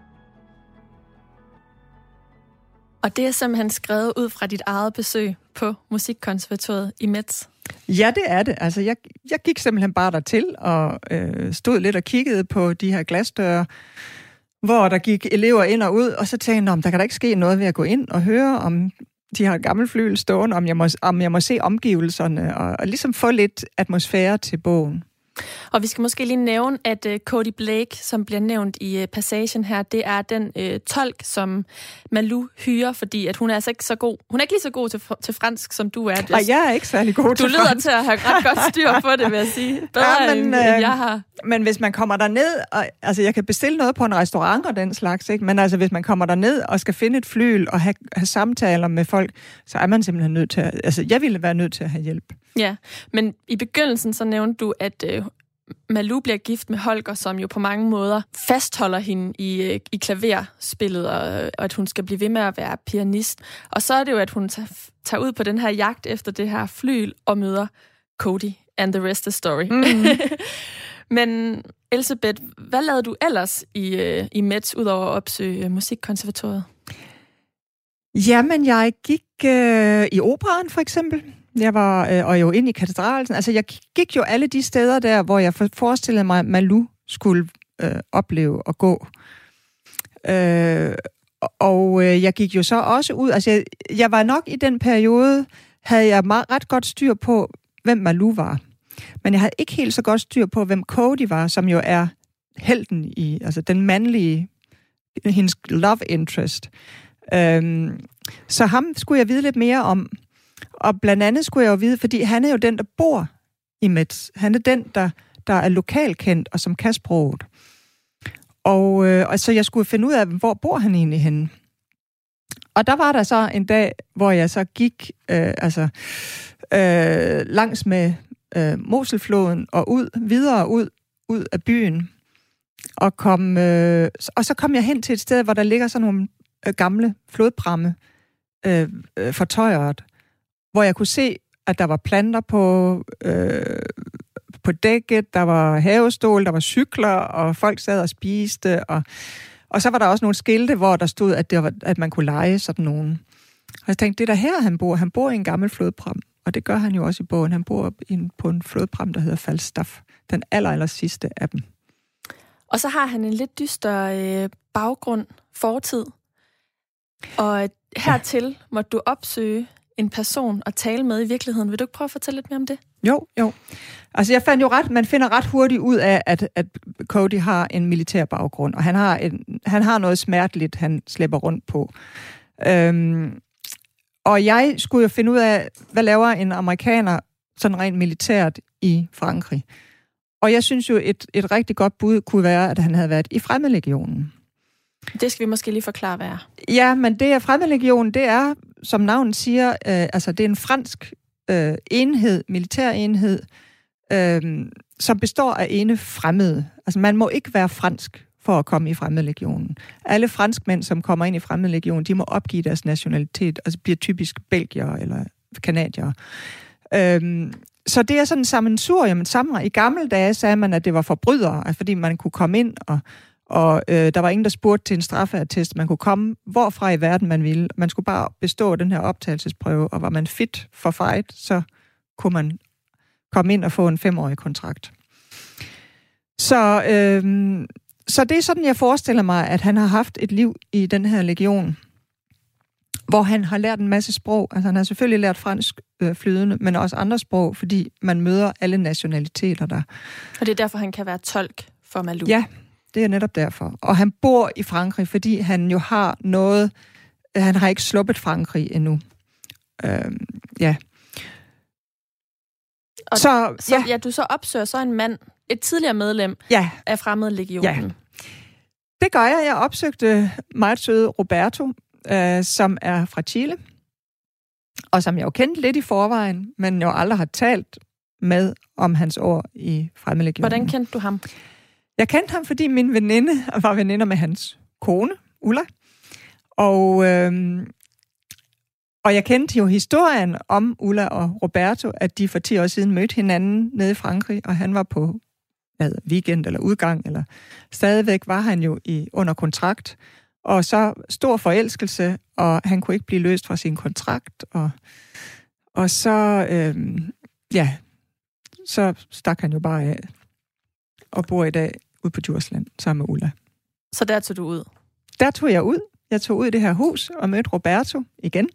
Og det er simpelthen skrevet ud fra dit eget besøg på Musikkonservatoriet i Metz. Ja, det er det. Altså, jeg, jeg gik simpelthen bare dertil og øh, stod lidt og kiggede på de her glasdøre, hvor der gik elever ind og ud, og så tænkte jeg, der kan da ikke ske noget ved at gå ind og høre om de har gammel flyl stående, om jeg må, om jeg må se omgivelserne og, og ligesom få lidt atmosfære til bogen. Og vi skal måske lige nævne, at uh, Cody Blake, som bliver nævnt i uh, passagen her, det er den uh, tolk, som Malou hyrer, fordi at hun er altså ikke så god. Hun er ikke lige så god til, til fransk, som du er. Nej, jeg er ikke særlig god du til fransk. Du lyder til at have ret godt styr på det, vil jeg sige. Bedre ja, men, end, øh, end jeg har. Men hvis man kommer derned, og, altså jeg kan bestille noget på en restaurant og den slags, ikke? Men altså hvis man kommer derned og skal finde et flyl og have, have samtaler med folk, så er man simpelthen nødt til at, altså jeg ville være nødt til at have hjælp. Ja, men i begyndelsen så nævnte du, at øh, Malou bliver gift med Holger, som jo på mange måder fastholder hende i, øh, i klaverspillet, og, og at hun skal blive ved med at være pianist. Og så er det jo, at hun tager, tager ud på den her jagt efter det her flyl og møder Cody, and the rest is story. Mm-hmm. Men Elsebeth, hvad lavede du ellers i, øh, i Metz, udover at opsøge Musikkonservatoriet? Jamen, jeg gik øh, i operaen for eksempel. Jeg var øh, og jo ind i katedralen. Altså, jeg gik jo alle de steder der, hvor jeg forestillede mig, at Malou skulle øh, opleve og gå. Øh, og øh, jeg gik jo så også ud. Altså, jeg, jeg var nok i den periode, havde jeg meget, ret godt styr på, hvem Malou var. Men jeg havde ikke helt så godt styr på, hvem Cody var, som jo er helten i, altså den mandlige, hendes love interest. Øhm, så ham skulle jeg vide lidt mere om. Og blandt andet skulle jeg jo vide, fordi han er jo den, der bor i Metz. Han er den, der, der er lokalkendt og som kan sproget. Og, øh, og så jeg skulle finde ud af, hvor bor han egentlig henne. Og der var der så en dag, hvor jeg så gik øh, altså, øh, langs med øh, Moselfloden og ud, videre ud, ud af byen. Og, kom, øh, og så kom jeg hen til et sted, hvor der ligger sådan nogle øh, gamle flodpramme øh, øh, fortøjret, hvor jeg kunne se, at der var planter på, øh, på dækket, der var havestol, der var cykler, og folk sad og spiste, og, og så var der også nogle skilte, hvor der stod, at, det var, at man kunne leje sådan nogen. Og jeg tænkte, det er der her, han bor. Han bor i en gammel flodpram, og det gør han jo også i bogen. Han bor i en, på en flodpram, der hedder Falstaff. Den aller, aller sidste af dem. Og så har han en lidt dyster øh, baggrund, fortid. Og hertil ja. måtte du opsøge en person at tale med i virkeligheden. Vil du ikke prøve at fortælle lidt mere om det? Jo, jo. Altså jeg fandt jo ret, man finder ret hurtigt ud af, at, at Cody har en militær baggrund, og han har, en, han har noget smerteligt, han slæber rundt på. Øhm, og jeg skulle jo finde ud af, hvad laver en amerikaner sådan rent militært i Frankrig. Og jeg synes jo, et, et rigtig godt bud kunne være, at han havde været i Fremmedlegionen. Det skal vi måske lige forklare, hvad er. Ja, men det er Fremmedlegionen, det er, som navnet siger, øh, altså det er en fransk øh, enhed, militær enhed, øh, som består af ene fremmede. Altså man må ikke være fransk for at komme i Fremmedlegionen. Alle franskmænd, som kommer ind i Fremmedlegionen, de må opgive deres nationalitet, altså bliver typisk belgiere eller kanadiere. Øh, Så det er sådan en sammensurium. Sammen i gamle dage sagde man, at det var forbrydere, altså fordi man kunne komme ind, og, og øh, der var ingen, der spurgte til en straffeattest. Man kunne komme hvorfra i verden man ville. Man skulle bare bestå den her optagelsesprøve, og var man fit for fight, så kunne man komme ind og få en femårig kontrakt. Så, øh, så det er sådan, jeg forestiller mig, at han har haft et liv i den her legion, hvor han har lært en masse sprog. Altså han har selvfølgelig lært fransk øh, flydende, men også andre sprog, fordi man møder alle nationaliteter der. Og det er derfor, han kan være tolk for Malou? Ja, det er netop derfor. Og han bor i Frankrig, fordi han jo har noget... Han har ikke sluppet Frankrig endnu. Øhm, ja. Og så, så ja. ja, du så opsøger så en mand, et tidligere medlem ja. af Fremmedlegionen. Ja. Det gør jeg. Jeg opsøgte meget søde Roberto, Øh, som er fra Chile, og som jeg jo kendte lidt i forvejen, men jo aldrig har talt med om hans år i Fremmedlegionen. Hvordan kendte du ham? Jeg kendte ham, fordi min veninde var veninder med hans kone, Ulla. Og, øh, og jeg kendte jo historien om Ulla og Roberto, at de for ti år siden mødte hinanden nede i Frankrig, og han var på hvad, weekend eller udgang, eller stadigvæk var han jo i under kontrakt. Og så stor forelskelse, og han kunne ikke blive løst fra sin kontrakt. Og, og så, øhm, ja, så stak han jo bare af og bor i dag ude på Djursland sammen med Ulla. Så der tog du ud? Der tog jeg ud. Jeg tog ud i det her hus og mødte Roberto igen.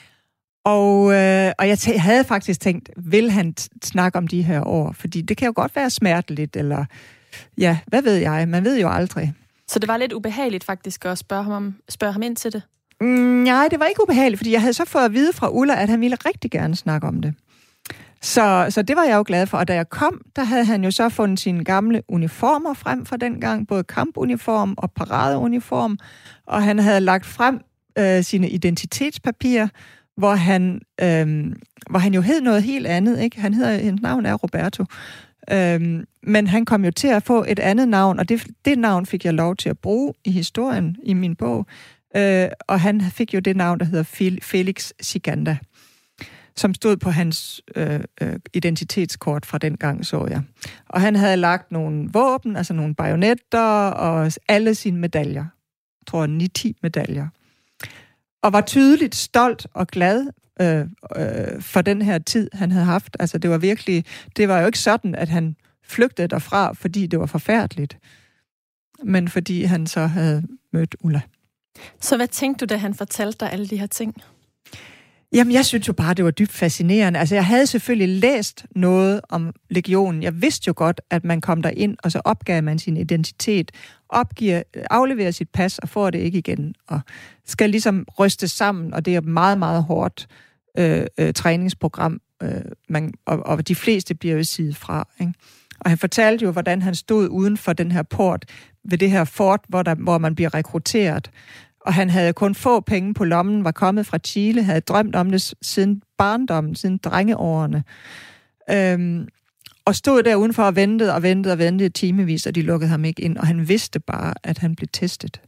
Og, øh, og jeg, t- jeg havde faktisk tænkt, vil han t- snakke om de her år? Fordi det kan jo godt være smerteligt, eller ja, hvad ved jeg? Man ved jo aldrig. Så det var lidt ubehageligt faktisk at spørge ham, om, spørge ham ind til det? Mm, nej, det var ikke ubehageligt, fordi jeg havde så fået at vide fra Ulla, at han ville rigtig gerne snakke om det. Så, så det var jeg jo glad for. Og da jeg kom, der havde han jo så fundet sine gamle uniformer frem fra dengang, både kampuniform og paradeuniform, og han havde lagt frem øh, sine identitetspapirer, hvor han, øh, hvor han jo hed noget helt andet, ikke? Han hedder, hans navn er Roberto. Øhm, men han kom jo til at få et andet navn, og det, det navn fik jeg lov til at bruge i historien, i min bog. Øh, og han fik jo det navn, der hedder Felix Siganda, som stod på hans øh, øh, identitetskort fra den gang, så jeg. Og han havde lagt nogle våben, altså nogle bajonetter, og alle sine medaljer. Jeg tror, ni ti medaljer. Og var tydeligt stolt og glad Øh, øh, for den her tid, han havde haft. Altså, det var virkelig... Det var jo ikke sådan, at han flygtede derfra, fordi det var forfærdeligt. Men fordi han så havde mødt Ulla. Så hvad tænkte du, da han fortalte dig alle de her ting? Jamen, jeg synes jo bare, det var dybt fascinerende. Altså, jeg havde selvfølgelig læst noget om legionen. Jeg vidste jo godt, at man kom der ind, og så opgav man sin identitet, opgiver, afleverer sit pas og får det ikke igen, og skal ligesom rystes sammen, og det er et meget, meget hårdt øh, øh, træningsprogram, øh, man, og, og de fleste bliver jo sidet fra, ikke? Og han fortalte jo, hvordan han stod uden for den her port, ved det her fort, hvor, der, hvor man bliver rekrutteret. Og han havde kun få penge på lommen, var kommet fra Chile, havde drømt om det siden barndommen, siden drengeårene. Øhm, og stod der udenfor og ventede og ventede og ventede timevis, og de lukkede ham ikke ind. Og han vidste bare, at han blev testet.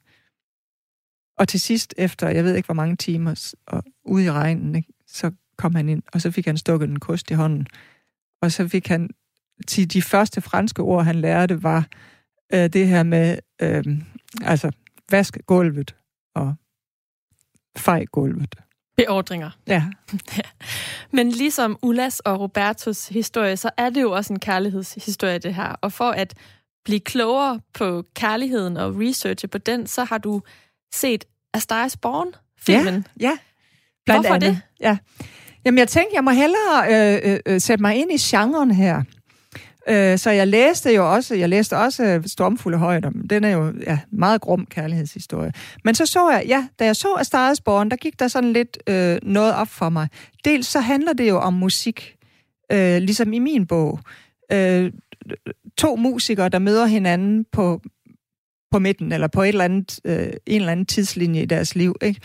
Og til sidst, efter jeg ved ikke hvor mange timer, og ude i regnen, ikke, så kom han ind, og så fik han stukket en kost i hånden. Og så fik han, til de første franske ord, han lærte, var øh, det her med, øh, altså, vask gulvet og fej gulvet. Beordringer. Ja. Men ligesom Ullas og Robertos historie, så er det jo også en kærlighedshistorie, det her. Og for at blive klogere på kærligheden og researche på den, så har du set A Star is Born-filmen. Ja, ja. Blandt Hvorfor andet. det? Ja. Jamen, jeg tænkte, jeg må hellere øh, øh, sætte mig ind i genren her. Øh, så jeg læste jo også, jeg læste også Stormfulde højder. Den er jo ja, meget grum kærlighedshistorie. Men så så jeg, ja, da jeg så A Star is Born, der gik der sådan lidt øh, noget op for mig. Dels så handler det jo om musik, øh, ligesom i min bog. Øh, to musikere, der møder hinanden på, på midten, eller på et eller andet, øh, en eller anden tidslinje i deres liv, ikke?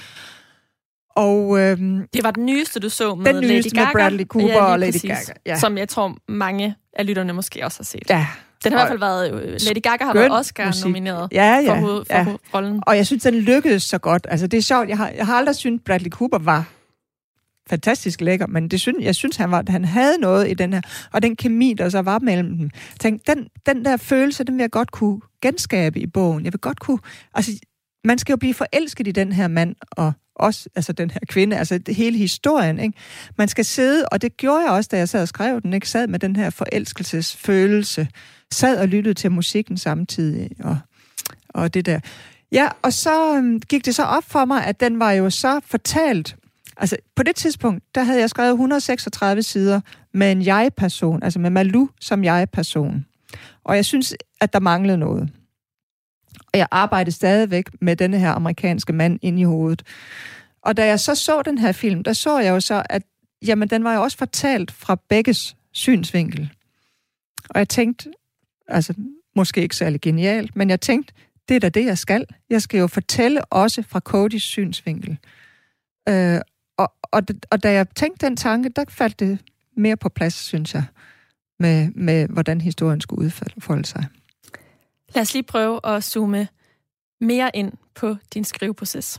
Og, øhm, det var den nyeste, du så med den nyeste Lady Gaga. med Bradley Cooper ja, og Lady præcis, Gaga. Ja. Som jeg tror, mange af lytterne måske også har set. Ja. Den har i hvert fald været... Lady Gaga har været Oscar-nomineret ja, ja, for, hoved, for ja. rollen. Og jeg synes, den lykkedes så godt. Altså, det er sjovt. Jeg har, jeg har aldrig syntes, Bradley Cooper var fantastisk lækker, men det synes, jeg synes, han, var, han havde noget i den her. Og den kemi, der så var mellem dem. Tænk, den, den der følelse, den vil jeg godt kunne genskabe i bogen. Jeg vil godt kunne... Altså, man skal jo blive forelsket i den her mand, og også altså den her kvinde, altså det, hele historien, ikke? Man skal sidde, og det gjorde jeg også, da jeg sad og skrev den, ikke? Sad med den her forelskelsesfølelse, sad og lyttede til musikken samtidig, og, og det der. Ja, og så øhm, gik det så op for mig, at den var jo så fortalt, altså på det tidspunkt, der havde jeg skrevet et hundrede og seksogtredive sider med en jeg-person, altså med Malou som jeg-person. Og jeg synes, at der manglede noget. Og jeg arbejdede stadigvæk med denne her amerikanske mand ind i hovedet. Og da jeg så så den her film, der så jeg jo så, at jamen, den var jo også fortalt fra begges synsvinkel. Og jeg tænkte, altså måske ikke særlig genialt, men jeg tænkte, det er da det, jeg skal. Jeg skal jo fortælle også fra Codys synsvinkel. Øh, og, og, og da jeg tænkte den tanke, der faldt det mere på plads, synes jeg, med, med hvordan historien skulle udfolde sig. Lad os lige prøve at zoome mere ind på din skriveproces.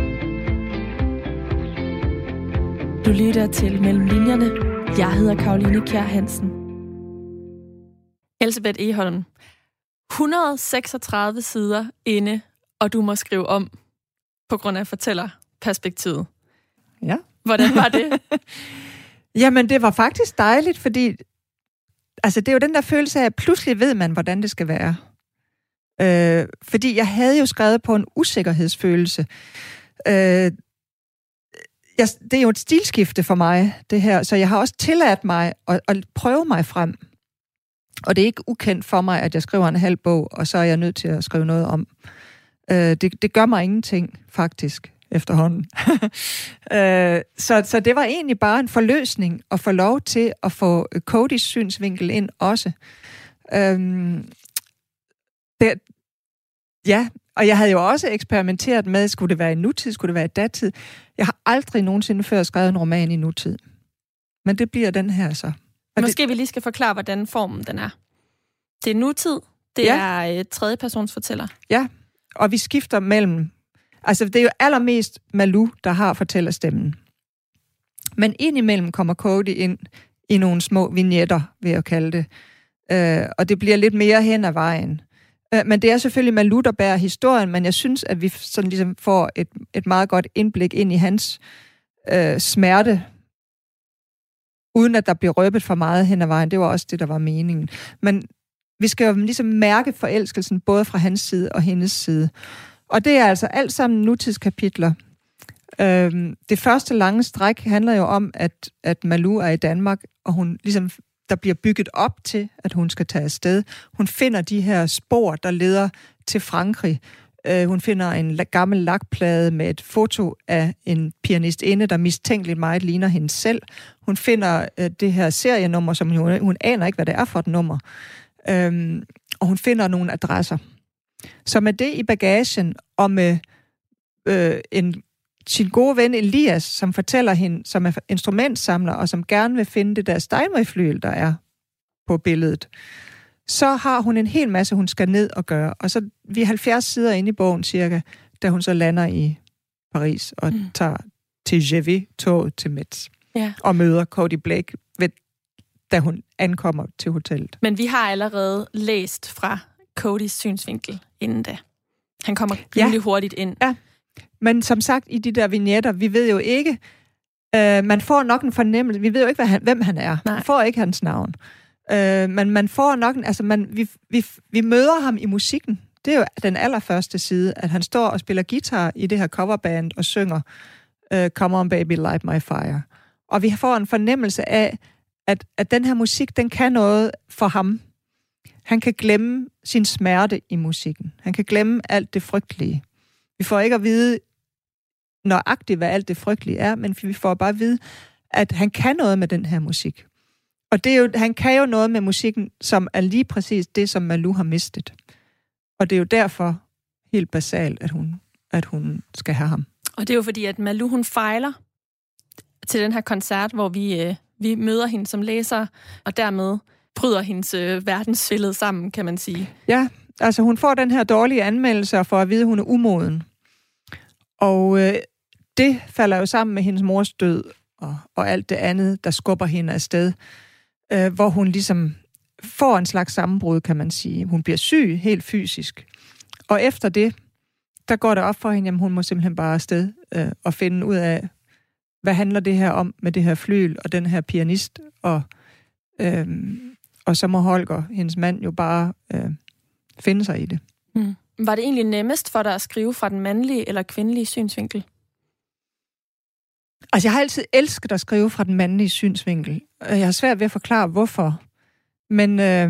Du lytter til Mellem Linjerne. Jeg hedder Caroline Kjær Hansen. Elsebeth Egholm, et hundrede og seksogtredive sider inde, og du må skrive om på grund af fortællerperspektivet. Ja. Hvordan var det? Jamen, det var faktisk dejligt, fordi altså, det er jo den der følelse af, at pludselig ved man, hvordan det skal være. Øh, fordi jeg havde jo skrevet på en usikkerhedsfølelse. Øh, jeg, det er jo et stilskifte for mig, det her, så jeg har også tilladt mig at, at prøve mig frem. Og det er ikke ukendt for mig, at jeg skriver en halv bog, og så er jeg nødt til at skrive noget om. Øh, det, det gør mig ingenting, faktisk, efterhånden. øh, så, så det var egentlig bare en forløsning at få lov til at få Codys synsvinkel ind også. Øh, Det, ja, og jeg havde jo også eksperimenteret med, skulle det være i nutid, skulle det være i datid. Jeg har aldrig nogensinde før skrevet en roman i nutid. Men det bliver den her så. Og Måske det, vi lige skal forklare, hvordan formen den er. Det er nutid, det ja. er et tredjepersons fortæller. Ja, og vi skifter mellem... Altså, det er jo allermest Malou, der har fortællerstemmen. Men indimellem kommer Cody ind i nogle små vignetter, vil jeg kalde det. Øh, og det bliver lidt mere hen ad vejen. Men det er selvfølgelig Malou, der bærer historien, men jeg synes, at vi sådan ligesom får et, et meget godt indblik ind i hans øh, smerte, uden at der bliver røbet for meget hen ad vejen. Det var også det, der var meningen. Men vi skal jo ligesom mærke forelskelsen, både fra hans side og hendes side. Og det er altså alt sammen nutidskapitler. Øhm, det første lange stræk handler jo om, at, at Malou er i Danmark, og hun ligesom, der bliver bygget op til, at hun skal tage afsted. Hun finder de her spor, der leder til Frankrig. Øh, hun finder en gammel lakplade med et foto af en pianistinde, der mistænkeligt meget ligner hende selv. Hun finder øh, det her serienummer, som hun, hun aner ikke, hvad det er for et nummer. Øhm, og hun finder nogle adresser. Så med det i bagagen, og med øh, en, sin gode ven Elias, som fortæller hende, som er instrumentsamler, og som gerne vil finde det der Steinway-flyl, der er på billedet, så har hun en hel masse, hun skal ned og gøre. Og så vi er halvfjerds sider inde i bogen cirka, da hun så lander i Paris og mm. tager til G V-toget til Metz. Ja. Og møder Cody Blake, ved, da hun ankommer til hotellet. Men vi har allerede læst fra Codys synsvinkel inden da. Han kommer rimelig ja. hurtigt ind. Ja, men som sagt, i de der vignetter, vi ved jo ikke, øh, man får nok en fornemmelse, vi ved jo ikke, hvad han, hvem han er. Nej. Man får ikke hans navn. Øh, men man får nok, altså man, vi, vi, vi møder ham i musikken. Det er jo den allerførste side, at han står og spiller guitar i det her coverband og synger uh, Come on baby, light my fire. Og vi får en fornemmelse af, at, at den her musik, den kan noget for ham. Han kan glemme sin smerte i musikken. Han kan glemme alt det frygtelige. Vi får ikke at vide nøjagtigt, hvad alt det frygtelige er, men vi får bare at vide, at han kan noget med den her musik. Og det er jo, han kan jo noget med musikken, som er lige præcis det, som Malou har mistet. Og det er jo derfor helt basalt, at hun, at hun skal have ham. Og det er jo fordi, at Malou, hun fejler til den her koncert, hvor vi, øh, vi møder hende som læser, og dermed bryder hendes øh, verdensbillede sammen, kan man sige. Ja, altså hun får den her dårlige anmeldelse og får at vide, at hun er umoden. Og øh, det falder jo sammen med hendes mors død og, og alt det andet, der skubber hende afsted. Øh, hvor hun ligesom får en slags sammenbrud, kan man sige. Hun bliver syg, helt fysisk. Og efter det, der går det op for hende, at hun må simpelthen bare afsted øh, og finde ud af, hvad handler det her om med det her flyl og den her pianist. Og, øh, og så må Holger, hendes mand, jo bare øh, finde sig i det. Mm. Var det egentlig nemmest for dig at skrive fra den mandlige eller kvindelige synsvinkel? Altså, jeg har altid elsket at skrive fra den mandlige synsvinkel. Jeg har svært ved at forklare, hvorfor. Men øh,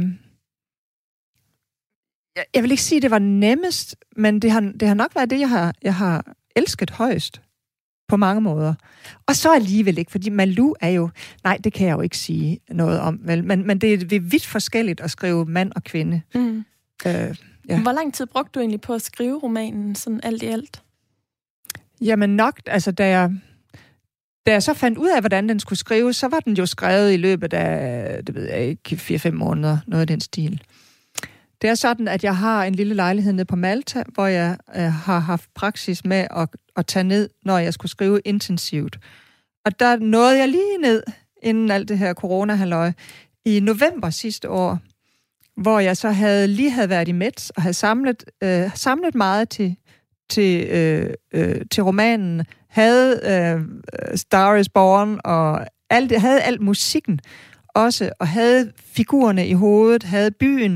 jeg vil ikke sige, at det var nemmest, men det har, det har nok været det, jeg har, jeg har elsket højst på mange måder. Og så alligevel ikke, fordi Malou er jo... Nej, det kan jeg jo ikke sige noget om, vel? Men, men det, er, det er vidt forskelligt at skrive mand og kvinde. Mm. Øh, ja. Hvor lang tid brugte du egentlig på at skrive romanen, sådan alt i alt? Jamen nok, altså da jeg... Da jeg så fandt ud af, hvordan den skulle skrives, så var den jo skrevet i løbet af, det ved jeg ikke, fire fem måneder, noget af den stil. Det er sådan, at jeg har en lille lejlighed nede på Malta, hvor jeg øh, har haft praksis med at, at tage ned, når jeg skulle skrive intensivt. Og der nåede jeg lige ned, inden alt det her corona-halløj, i november sidste år, hvor jeg så havde lige havde været i Metz og havde samlet, øh, samlet meget til, til, øh, øh, til romanen, havde øh, Star is Born, og alt, havde alt musikken også, og havde figurerne i hovedet, havde byen.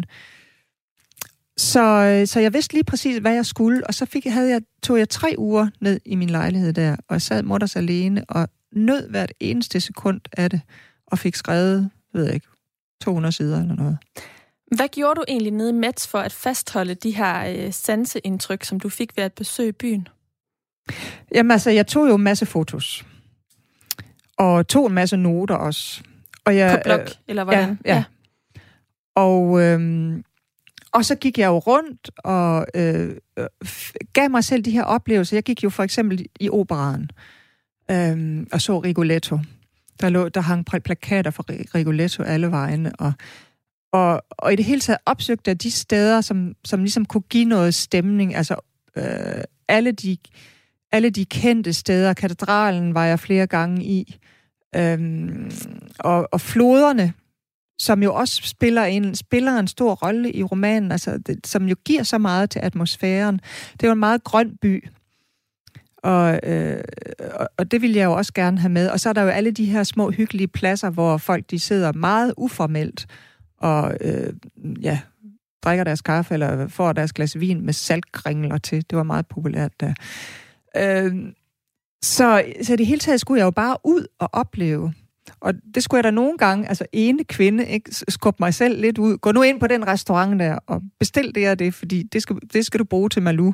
Så, så jeg vidste lige præcis, hvad jeg skulle, og så fik, havde jeg, tog jeg tre uger ned i min lejlighed der, og sad mutters alene, og nød hvert eneste sekund af det, og fik skrevet, ved jeg ikke, to hundrede sider eller noget. Hvad gjorde du egentlig nede i Metz for at fastholde de her øh, sanseindtryk, som du fik ved at besøge byen? Jamen altså, jeg tog jo en masse fotos. Og tog en masse noter også. Og jeg, på blog, øh, eller hvordan? Ja, ja. ja. Og, øh, og så gik jeg jo rundt og øh, gav mig selv de her oplevelser. Jeg gik jo for eksempel i operaen øh, og så Rigoletto. Der, lå, der hang plakater for Rigoletto alle vegne. Og, og, og i det hele taget opsøgte jeg de steder, som, som ligesom kunne give noget stemning. Altså øh, alle de... Alle de kendte steder, katedralen var jeg flere gange i, øhm, og, og floderne, som jo også spiller en, spiller en stor rolle i romanen, altså, det, som jo giver så meget til atmosfæren. Det er jo en meget grøn by, og, øh, og, og det vil jeg jo også gerne have med. Og så er der jo alle de her små hyggelige pladser, hvor folk de sidder meget uformelt og øh, ja, drikker deres kaffe eller får deres glas vin med saltkringler til. Det var meget populært der. Øh, Så, så det hele taget skulle jeg jo bare ud og opleve. Og det skulle jeg da nogle gange, altså ene kvinde, ikke, skubbe mig selv lidt ud. Gå nu ind på den restaurant der, og bestil det og det, fordi det skal, det skal du bruge til Malou.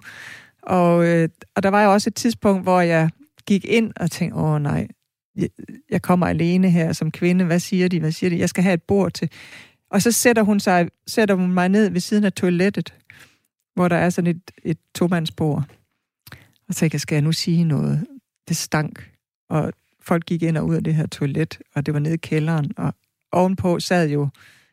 Og, øh, og der var jo også et tidspunkt, hvor jeg gik ind og tænkte, åh nej, jeg, jeg kommer alene her som kvinde, hvad siger de, hvad siger de? Jeg skal have et bord til. Og så sætter hun, sig, sætter hun mig ned ved siden af toilettet, hvor der er sådan et, et tomandsbord. Og så tænkte jeg, skal jeg nu sige noget? Det stank, og folk gik ind og ud af det her toilet, og det var nede i kælderen, og ovenpå sad jo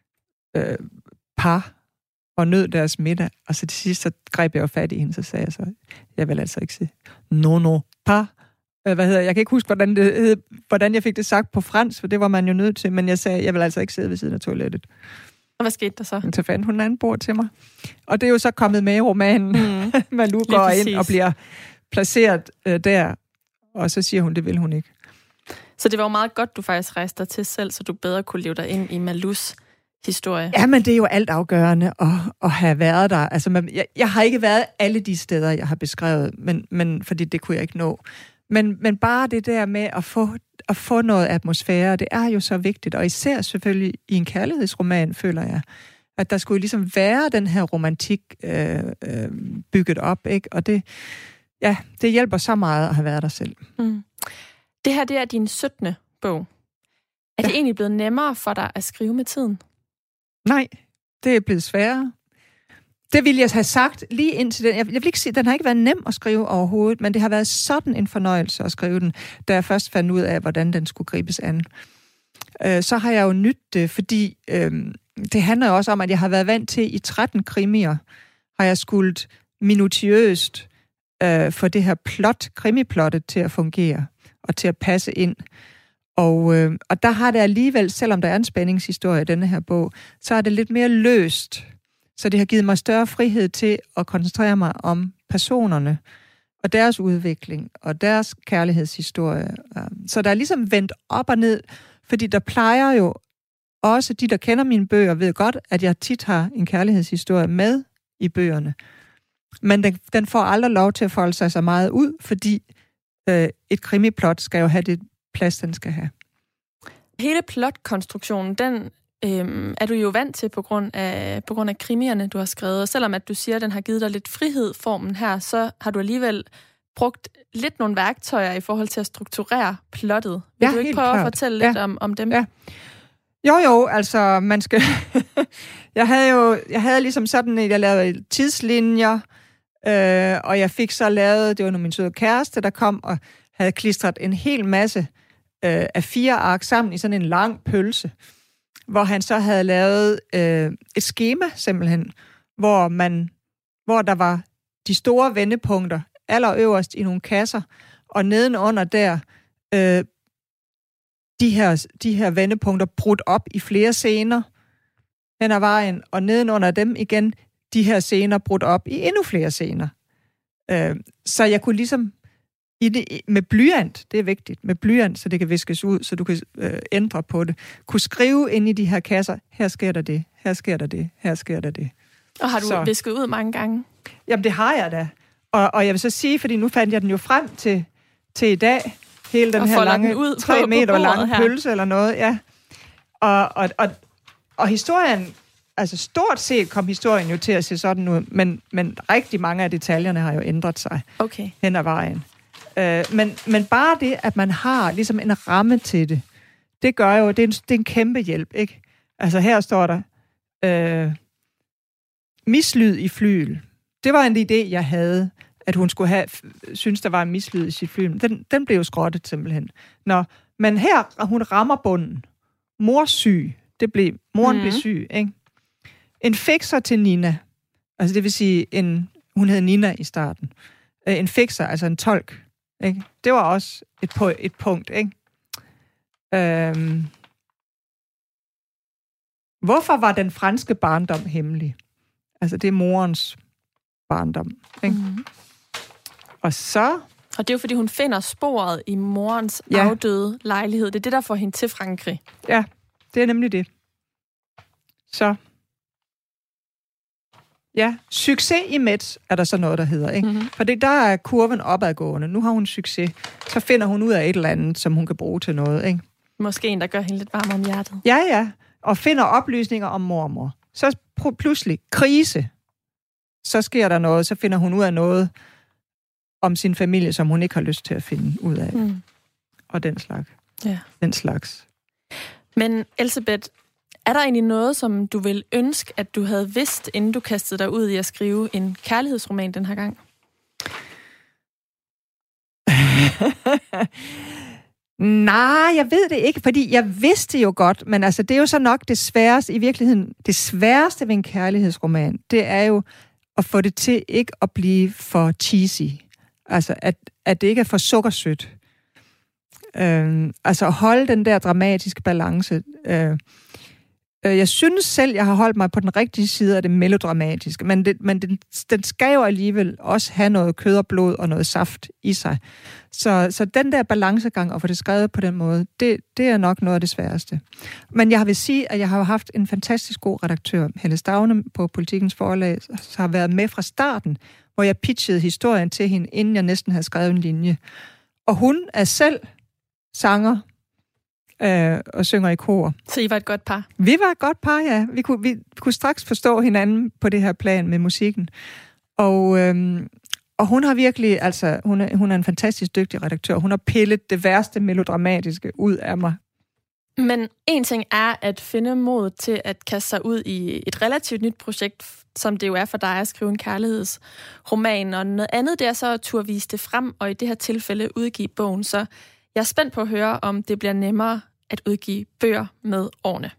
øh, par og nød deres middag, og så til sidst, så greb jeg jo fat i hende, så sagde jeg så, jeg vil altså ikke sige, no, no, par, øh, hvad hedder jeg, kan ikke huske, hvordan, det hed, hvordan jeg fik det sagt på fransk, for det var man jo nødt til, men jeg sagde, jeg vil altså ikke sidde ved siden af toilettet. Og hvad skete der så? Så fandt hun en anden bord til mig, og det er jo så kommet med i romanen, mm. man nu går ind og bliver placeret øh, der, og så siger hun, det vil hun ikke. Så det var jo meget godt, du faktisk rejste dig til selv, så du bedre kunne leve dig ind i Malous historie. Ja, men det er jo alt afgørende at, at have været der. Altså, man, jeg, jeg har ikke været alle de steder, jeg har beskrevet, men, men, fordi det kunne jeg ikke nå. Men, men bare det der med at få, at få noget atmosfære, det er jo så vigtigt, og især selvfølgelig i en kærlighedsroman, føler jeg, at der skulle ligesom være den her romantik øh, øh, bygget op, ikke? Og det, ja, det hjælper så meget at have været der selv. Mm. Det her, det er din syttende bog. Er ja. det egentlig blevet nemmere for dig at skrive med tiden? Nej, det er blevet sværere. Det ville jeg have sagt lige indtil den. Jeg vil ikke sige, den har ikke været nem at skrive overhovedet, men det har været sådan en fornøjelse at skrive den, da jeg først fandt ud af, hvordan den skulle gribes an. Øh, så har jeg jo nydt det, fordi øh, det handler jo også om, at jeg har været vant til i tretten krimier, har jeg skulle minutiøst øh, få det her plot, krimiplottet til at fungere og til at passe ind. Og, øh, og der har det alligevel, selvom der er en spændingshistorie i denne her bog, så er det lidt mere løst. Så det har givet mig større frihed til at koncentrere mig om personerne og deres udvikling og deres kærlighedshistorie. Så der er ligesom vendt op og ned, fordi der plejer jo også, de der kender mine bøger, ved godt, at jeg tit har en kærlighedshistorie med i bøgerne. Men den, den får aldrig lov til at folde sig så meget ud, fordi øh, et krimiplot skal jo have det plads, den skal have. Hele plotkonstruktionen, den øhm, er du jo vant til på grund af, på grund af krimierne, du har skrevet. Og selvom at du siger, at den har givet dig lidt frihed, formen her, så har du alligevel brugt lidt nogle værktøjer i forhold til at strukturere plottet. Vil ja, du ikke prøve klart. at fortælle lidt ja. om, om dem? Ja. Jo, jo, altså, man skal... jeg havde jo, jeg havde ligesom sådan, at jeg lavede tidslinjer, øh, og jeg fik så lavet, det var nu min søde kæreste, der kom og havde klistret en hel masse øh, af fire ark sammen i sådan en lang pølse, hvor han så havde lavet øh, et skema simpelthen, hvor man, hvor der var de store vendepunkter allerøverst i nogle kasser, og nedenunder der øh, de her, de her vendepunkter brudt op i flere scener hen ad vejen, og nedenunder dem igen de her scener brudt op i endnu flere scener. Øh, så jeg kunne ligesom i det, med blyant, det er vigtigt, med blyant, så det kan viskes ud, så du kan øh, ændre på det, kunne skrive ind i de her kasser, her sker der det, her sker der det, her sker der det. Og har du så visket ud mange gange? Jamen, det har jeg da. Og, og jeg vil så sige, fordi nu fandt jeg den jo frem til, til i dag, hele den og her lange, ud tre meter lange pølse eller noget, ja. Og, og, og, og historien, altså stort set kom historien jo til at se sådan ud, men, men rigtig mange af detaljerne har jo ændret sig okay. hen ad vejen. Øh, men, men bare det, at man har ligesom en ramme til det, det gør jo, det er en, det er en kæmpe hjælp, ikke? Altså her står der, øh, mislyd i flyel. Det var en idé, jeg havde, at hun skulle have, synes, der var en mislyd i sit flyel. Den, den blev jo skrottet simpelthen. Nå, men her, hun rammer bunden. Morsyg, det blev, moren mm. blev syg, ikke? En fikser til Nina, altså det vil sige, en, hun hed Nina i starten. En fikser, altså en tolk, ikke? Det var også et, på, et punkt, ikke? Øhm. Hvorfor var den franske barndom hemmelig? Altså, det er morens barndom, ikke? Mm. Og så... Og det er jo, fordi hun finder sporet i morens ja. afdøde lejlighed. Det er det, der får hende til Frankrig. Ja, det er nemlig det. Så... Ja, succes i Metz er der så noget, der hedder. Ikke? Mm-hmm. For det, der er kurven opadgående. Nu har hun succes. Så finder hun ud af et eller andet, som hun kan bruge til noget. Ikke? Måske en, der gør hende lidt varm om hjertet. Ja, ja. Og finder oplysninger om mormor. Så pludselig krise. Så sker der noget. Så finder hun ud af noget om sin familie, som hun ikke har lyst til at finde ud af. Mm. Og den slags. Ja. Den slags. Men Elsebeth, er der egentlig noget, som du vil ønske, at du havde vidst, inden du kastede dig ud i at skrive en kærlighedsroman den her gang? Nej, jeg ved det ikke, fordi jeg vidste jo godt, men altså, det er jo så nok det sværeste, i virkeligheden, det sværeste ved en kærlighedsroman, det er jo at få det til ikke at blive for cheesy. Altså, at, at det ikke er for sukkersødt. Øh, altså, at holde den der dramatiske balance. Øh, jeg synes selv, jeg har holdt mig på den rigtige side af det melodramatiske, men, det, men den, den skal jo alligevel også have noget kød og blod og noget saft i sig. Så, så den der balancegang og få det skrevet på den måde, det, det er nok noget af det sværeste. Men jeg vil sige, at jeg har haft en fantastisk god redaktør, Helle Stavne på Politikens Forlag, som har været med fra starten, hvor jeg pitchede historien til hende, inden jeg næsten havde skrevet en linje. Og hun er selv sanger, Øh, og synger i kor. Så I var et godt par? Vi var et godt par, ja. Vi kunne, vi kunne straks forstå hinanden på det her plan med musikken. Og, øhm, og hun har virkelig, altså, hun er, hun er en fantastisk dygtig redaktør. Hun har pillet det værste melodramatiske ud af mig. Men en ting er at finde mod til at kaste sig ud i et relativt nyt projekt, som det jo er for dig at skrive en kærlighedsroman, og noget andet det er så at turde vise det frem, og i det her tilfælde udgive bogen. Så jeg er spændt på at høre, om det bliver nemmere at udgive bøger med årene.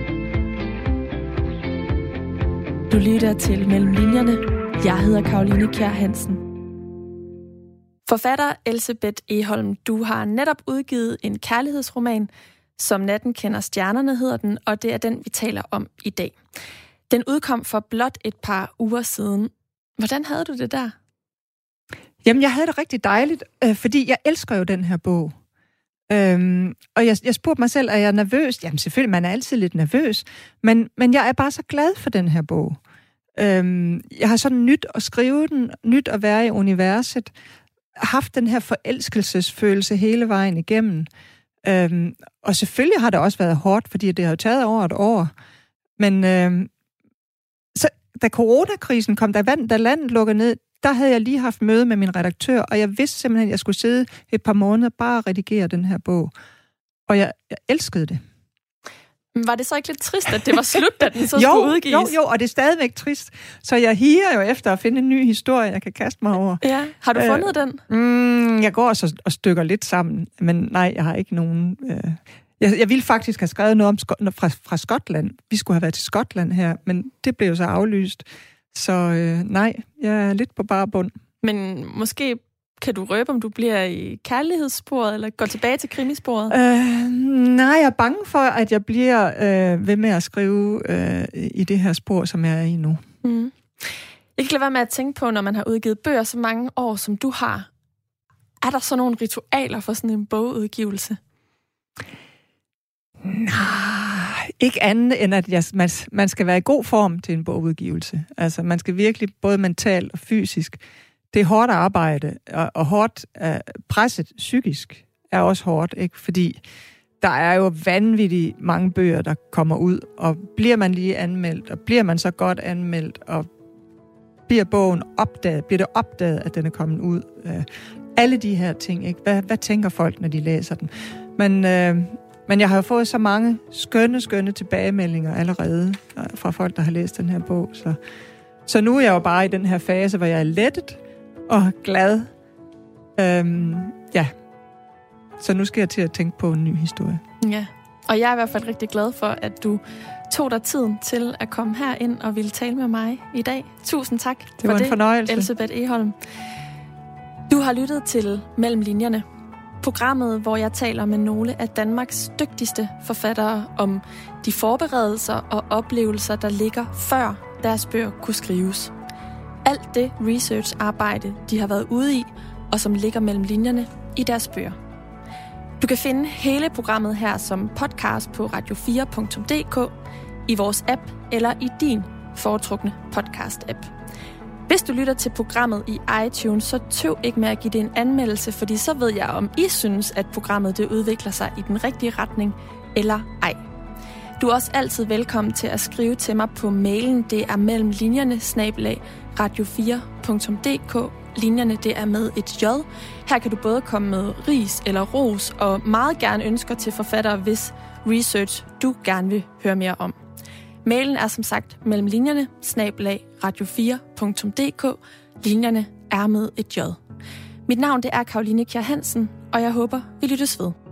Du lytter til Mellem Linjerne. Jeg hedder Caroline Kjær Hansen. Forfatter Elsebeth Egholm, du har netop udgivet en kærlighedsroman, Som natten kender stjernerne hedder den, og det er den, vi taler om i dag. Den udkom for blot et par uger siden. Hvordan havde du det der? Jamen, jeg havde det rigtig dejligt, øh, fordi jeg elsker jo den her bog. Øhm, og jeg, jeg spurgte mig selv, er jeg nervøs? Jamen selvfølgelig, man er altid lidt nervøs, men, men jeg er bare så glad for den her bog. Øhm, jeg har sådan nyt at skrive den, nyt at være i universet, haft den her forelskelsesfølelse hele vejen igennem. Øhm, og selvfølgelig har det også været hårdt, fordi det har jo taget over et år. Men øhm, så, da coronakrisen kom, da, vand, da landet lukkede ned, der havde jeg lige haft møde med min redaktør, og jeg vidste simpelthen, at jeg skulle sidde et par måneder bare og redigere den her bog. Og jeg, jeg elskede det. Var det så ikke lidt trist, at det var slut, da den så jo, skulle udgives? Jo, jo, og det er stadigvæk trist. Så jeg higer jo efter at finde en ny historie, jeg kan kaste mig over. Ja, har du fundet øh, den? Mm, jeg går også og stykker lidt sammen, men nej, jeg har ikke nogen... Øh, jeg, jeg ville faktisk have skrevet noget om Sk- fra, fra Skotland. Vi skulle have været til Skotland her, men det blev jo så aflyst. Så øh, nej, jeg er lidt på bare bund. Men måske kan du røbe, om du bliver i kærlighedssporet, eller går tilbage til krimisporet? Øh, nej, jeg er bange for, at jeg bliver øh, ved med at skrive øh, i det her spor, som jeg er i nu. Mm. Jeg kan ikke lade være med at tænke på, når man har udgivet bøger så mange år, som du har. Er der så nogle ritualer for sådan en bogudgivelse? Nej, ikke andet end, at jeg, man, man skal være i god form til en bogudgivelse. Altså, man skal virkelig både mentalt og fysisk. Det er hårdt arbejde, og, og hårdt uh, presset psykisk er også hårdt, ikke? Fordi der er jo vanvittigt mange bøger, der kommer ud, og bliver man lige anmeldt, og bliver man så godt anmeldt, og bliver bogen opdaget, bliver det opdaget, at den er kommet ud. Uh, alle de her ting, ikke? Hvad, hvad tænker folk, når de læser den? Men... Uh, Men jeg har jo fået så mange skønne, skønne tilbagemeldinger allerede fra folk, der har læst den her bog. Så, så nu er jeg jo bare i den her fase, hvor jeg er lettet og glad. Øhm, ja, så nu skal jeg til at tænke på en ny historie. Ja, og jeg er i hvert fald rigtig glad for, at du tog dig tiden til at komme herind og ville tale med mig i dag. Tusind tak det for var en det, fornøjelse. Elsebeth Egholm. Du har lyttet til Mellem Linjerne. Programmet, hvor jeg taler med nogle af Danmarks dygtigste forfattere om de forberedelser og oplevelser, der ligger før deres bøger kunne skrives. Alt det research-arbejde, de har været ude i, og som ligger mellem linjerne i deres bøger. Du kan finde hele programmet her som podcast på radio fire punktum d k, i vores app eller i din foretrukne podcast-app. Hvis du lytter til programmet i iTunes, så tøv ikke med at give det en anmeldelse, fordi så ved jeg, om I synes, at programmet det udvikler sig i den rigtige retning, eller ej. Du er også altid velkommen til at skrive til mig på mailen. Det er mellem linjerne snabel-a radio fire punktum d k. Linjerne det er med et j. Her kan du både komme med ris eller ros, og meget gerne ønsker til forfattere, hvis research du gerne vil høre mere om. Mailen er som sagt mellem linjerne snabel-a radio fire punktum d k. Linjerne er med et j. Mit navn det er Caroline Kjær Hansen, og jeg håber, vi lyttes ved.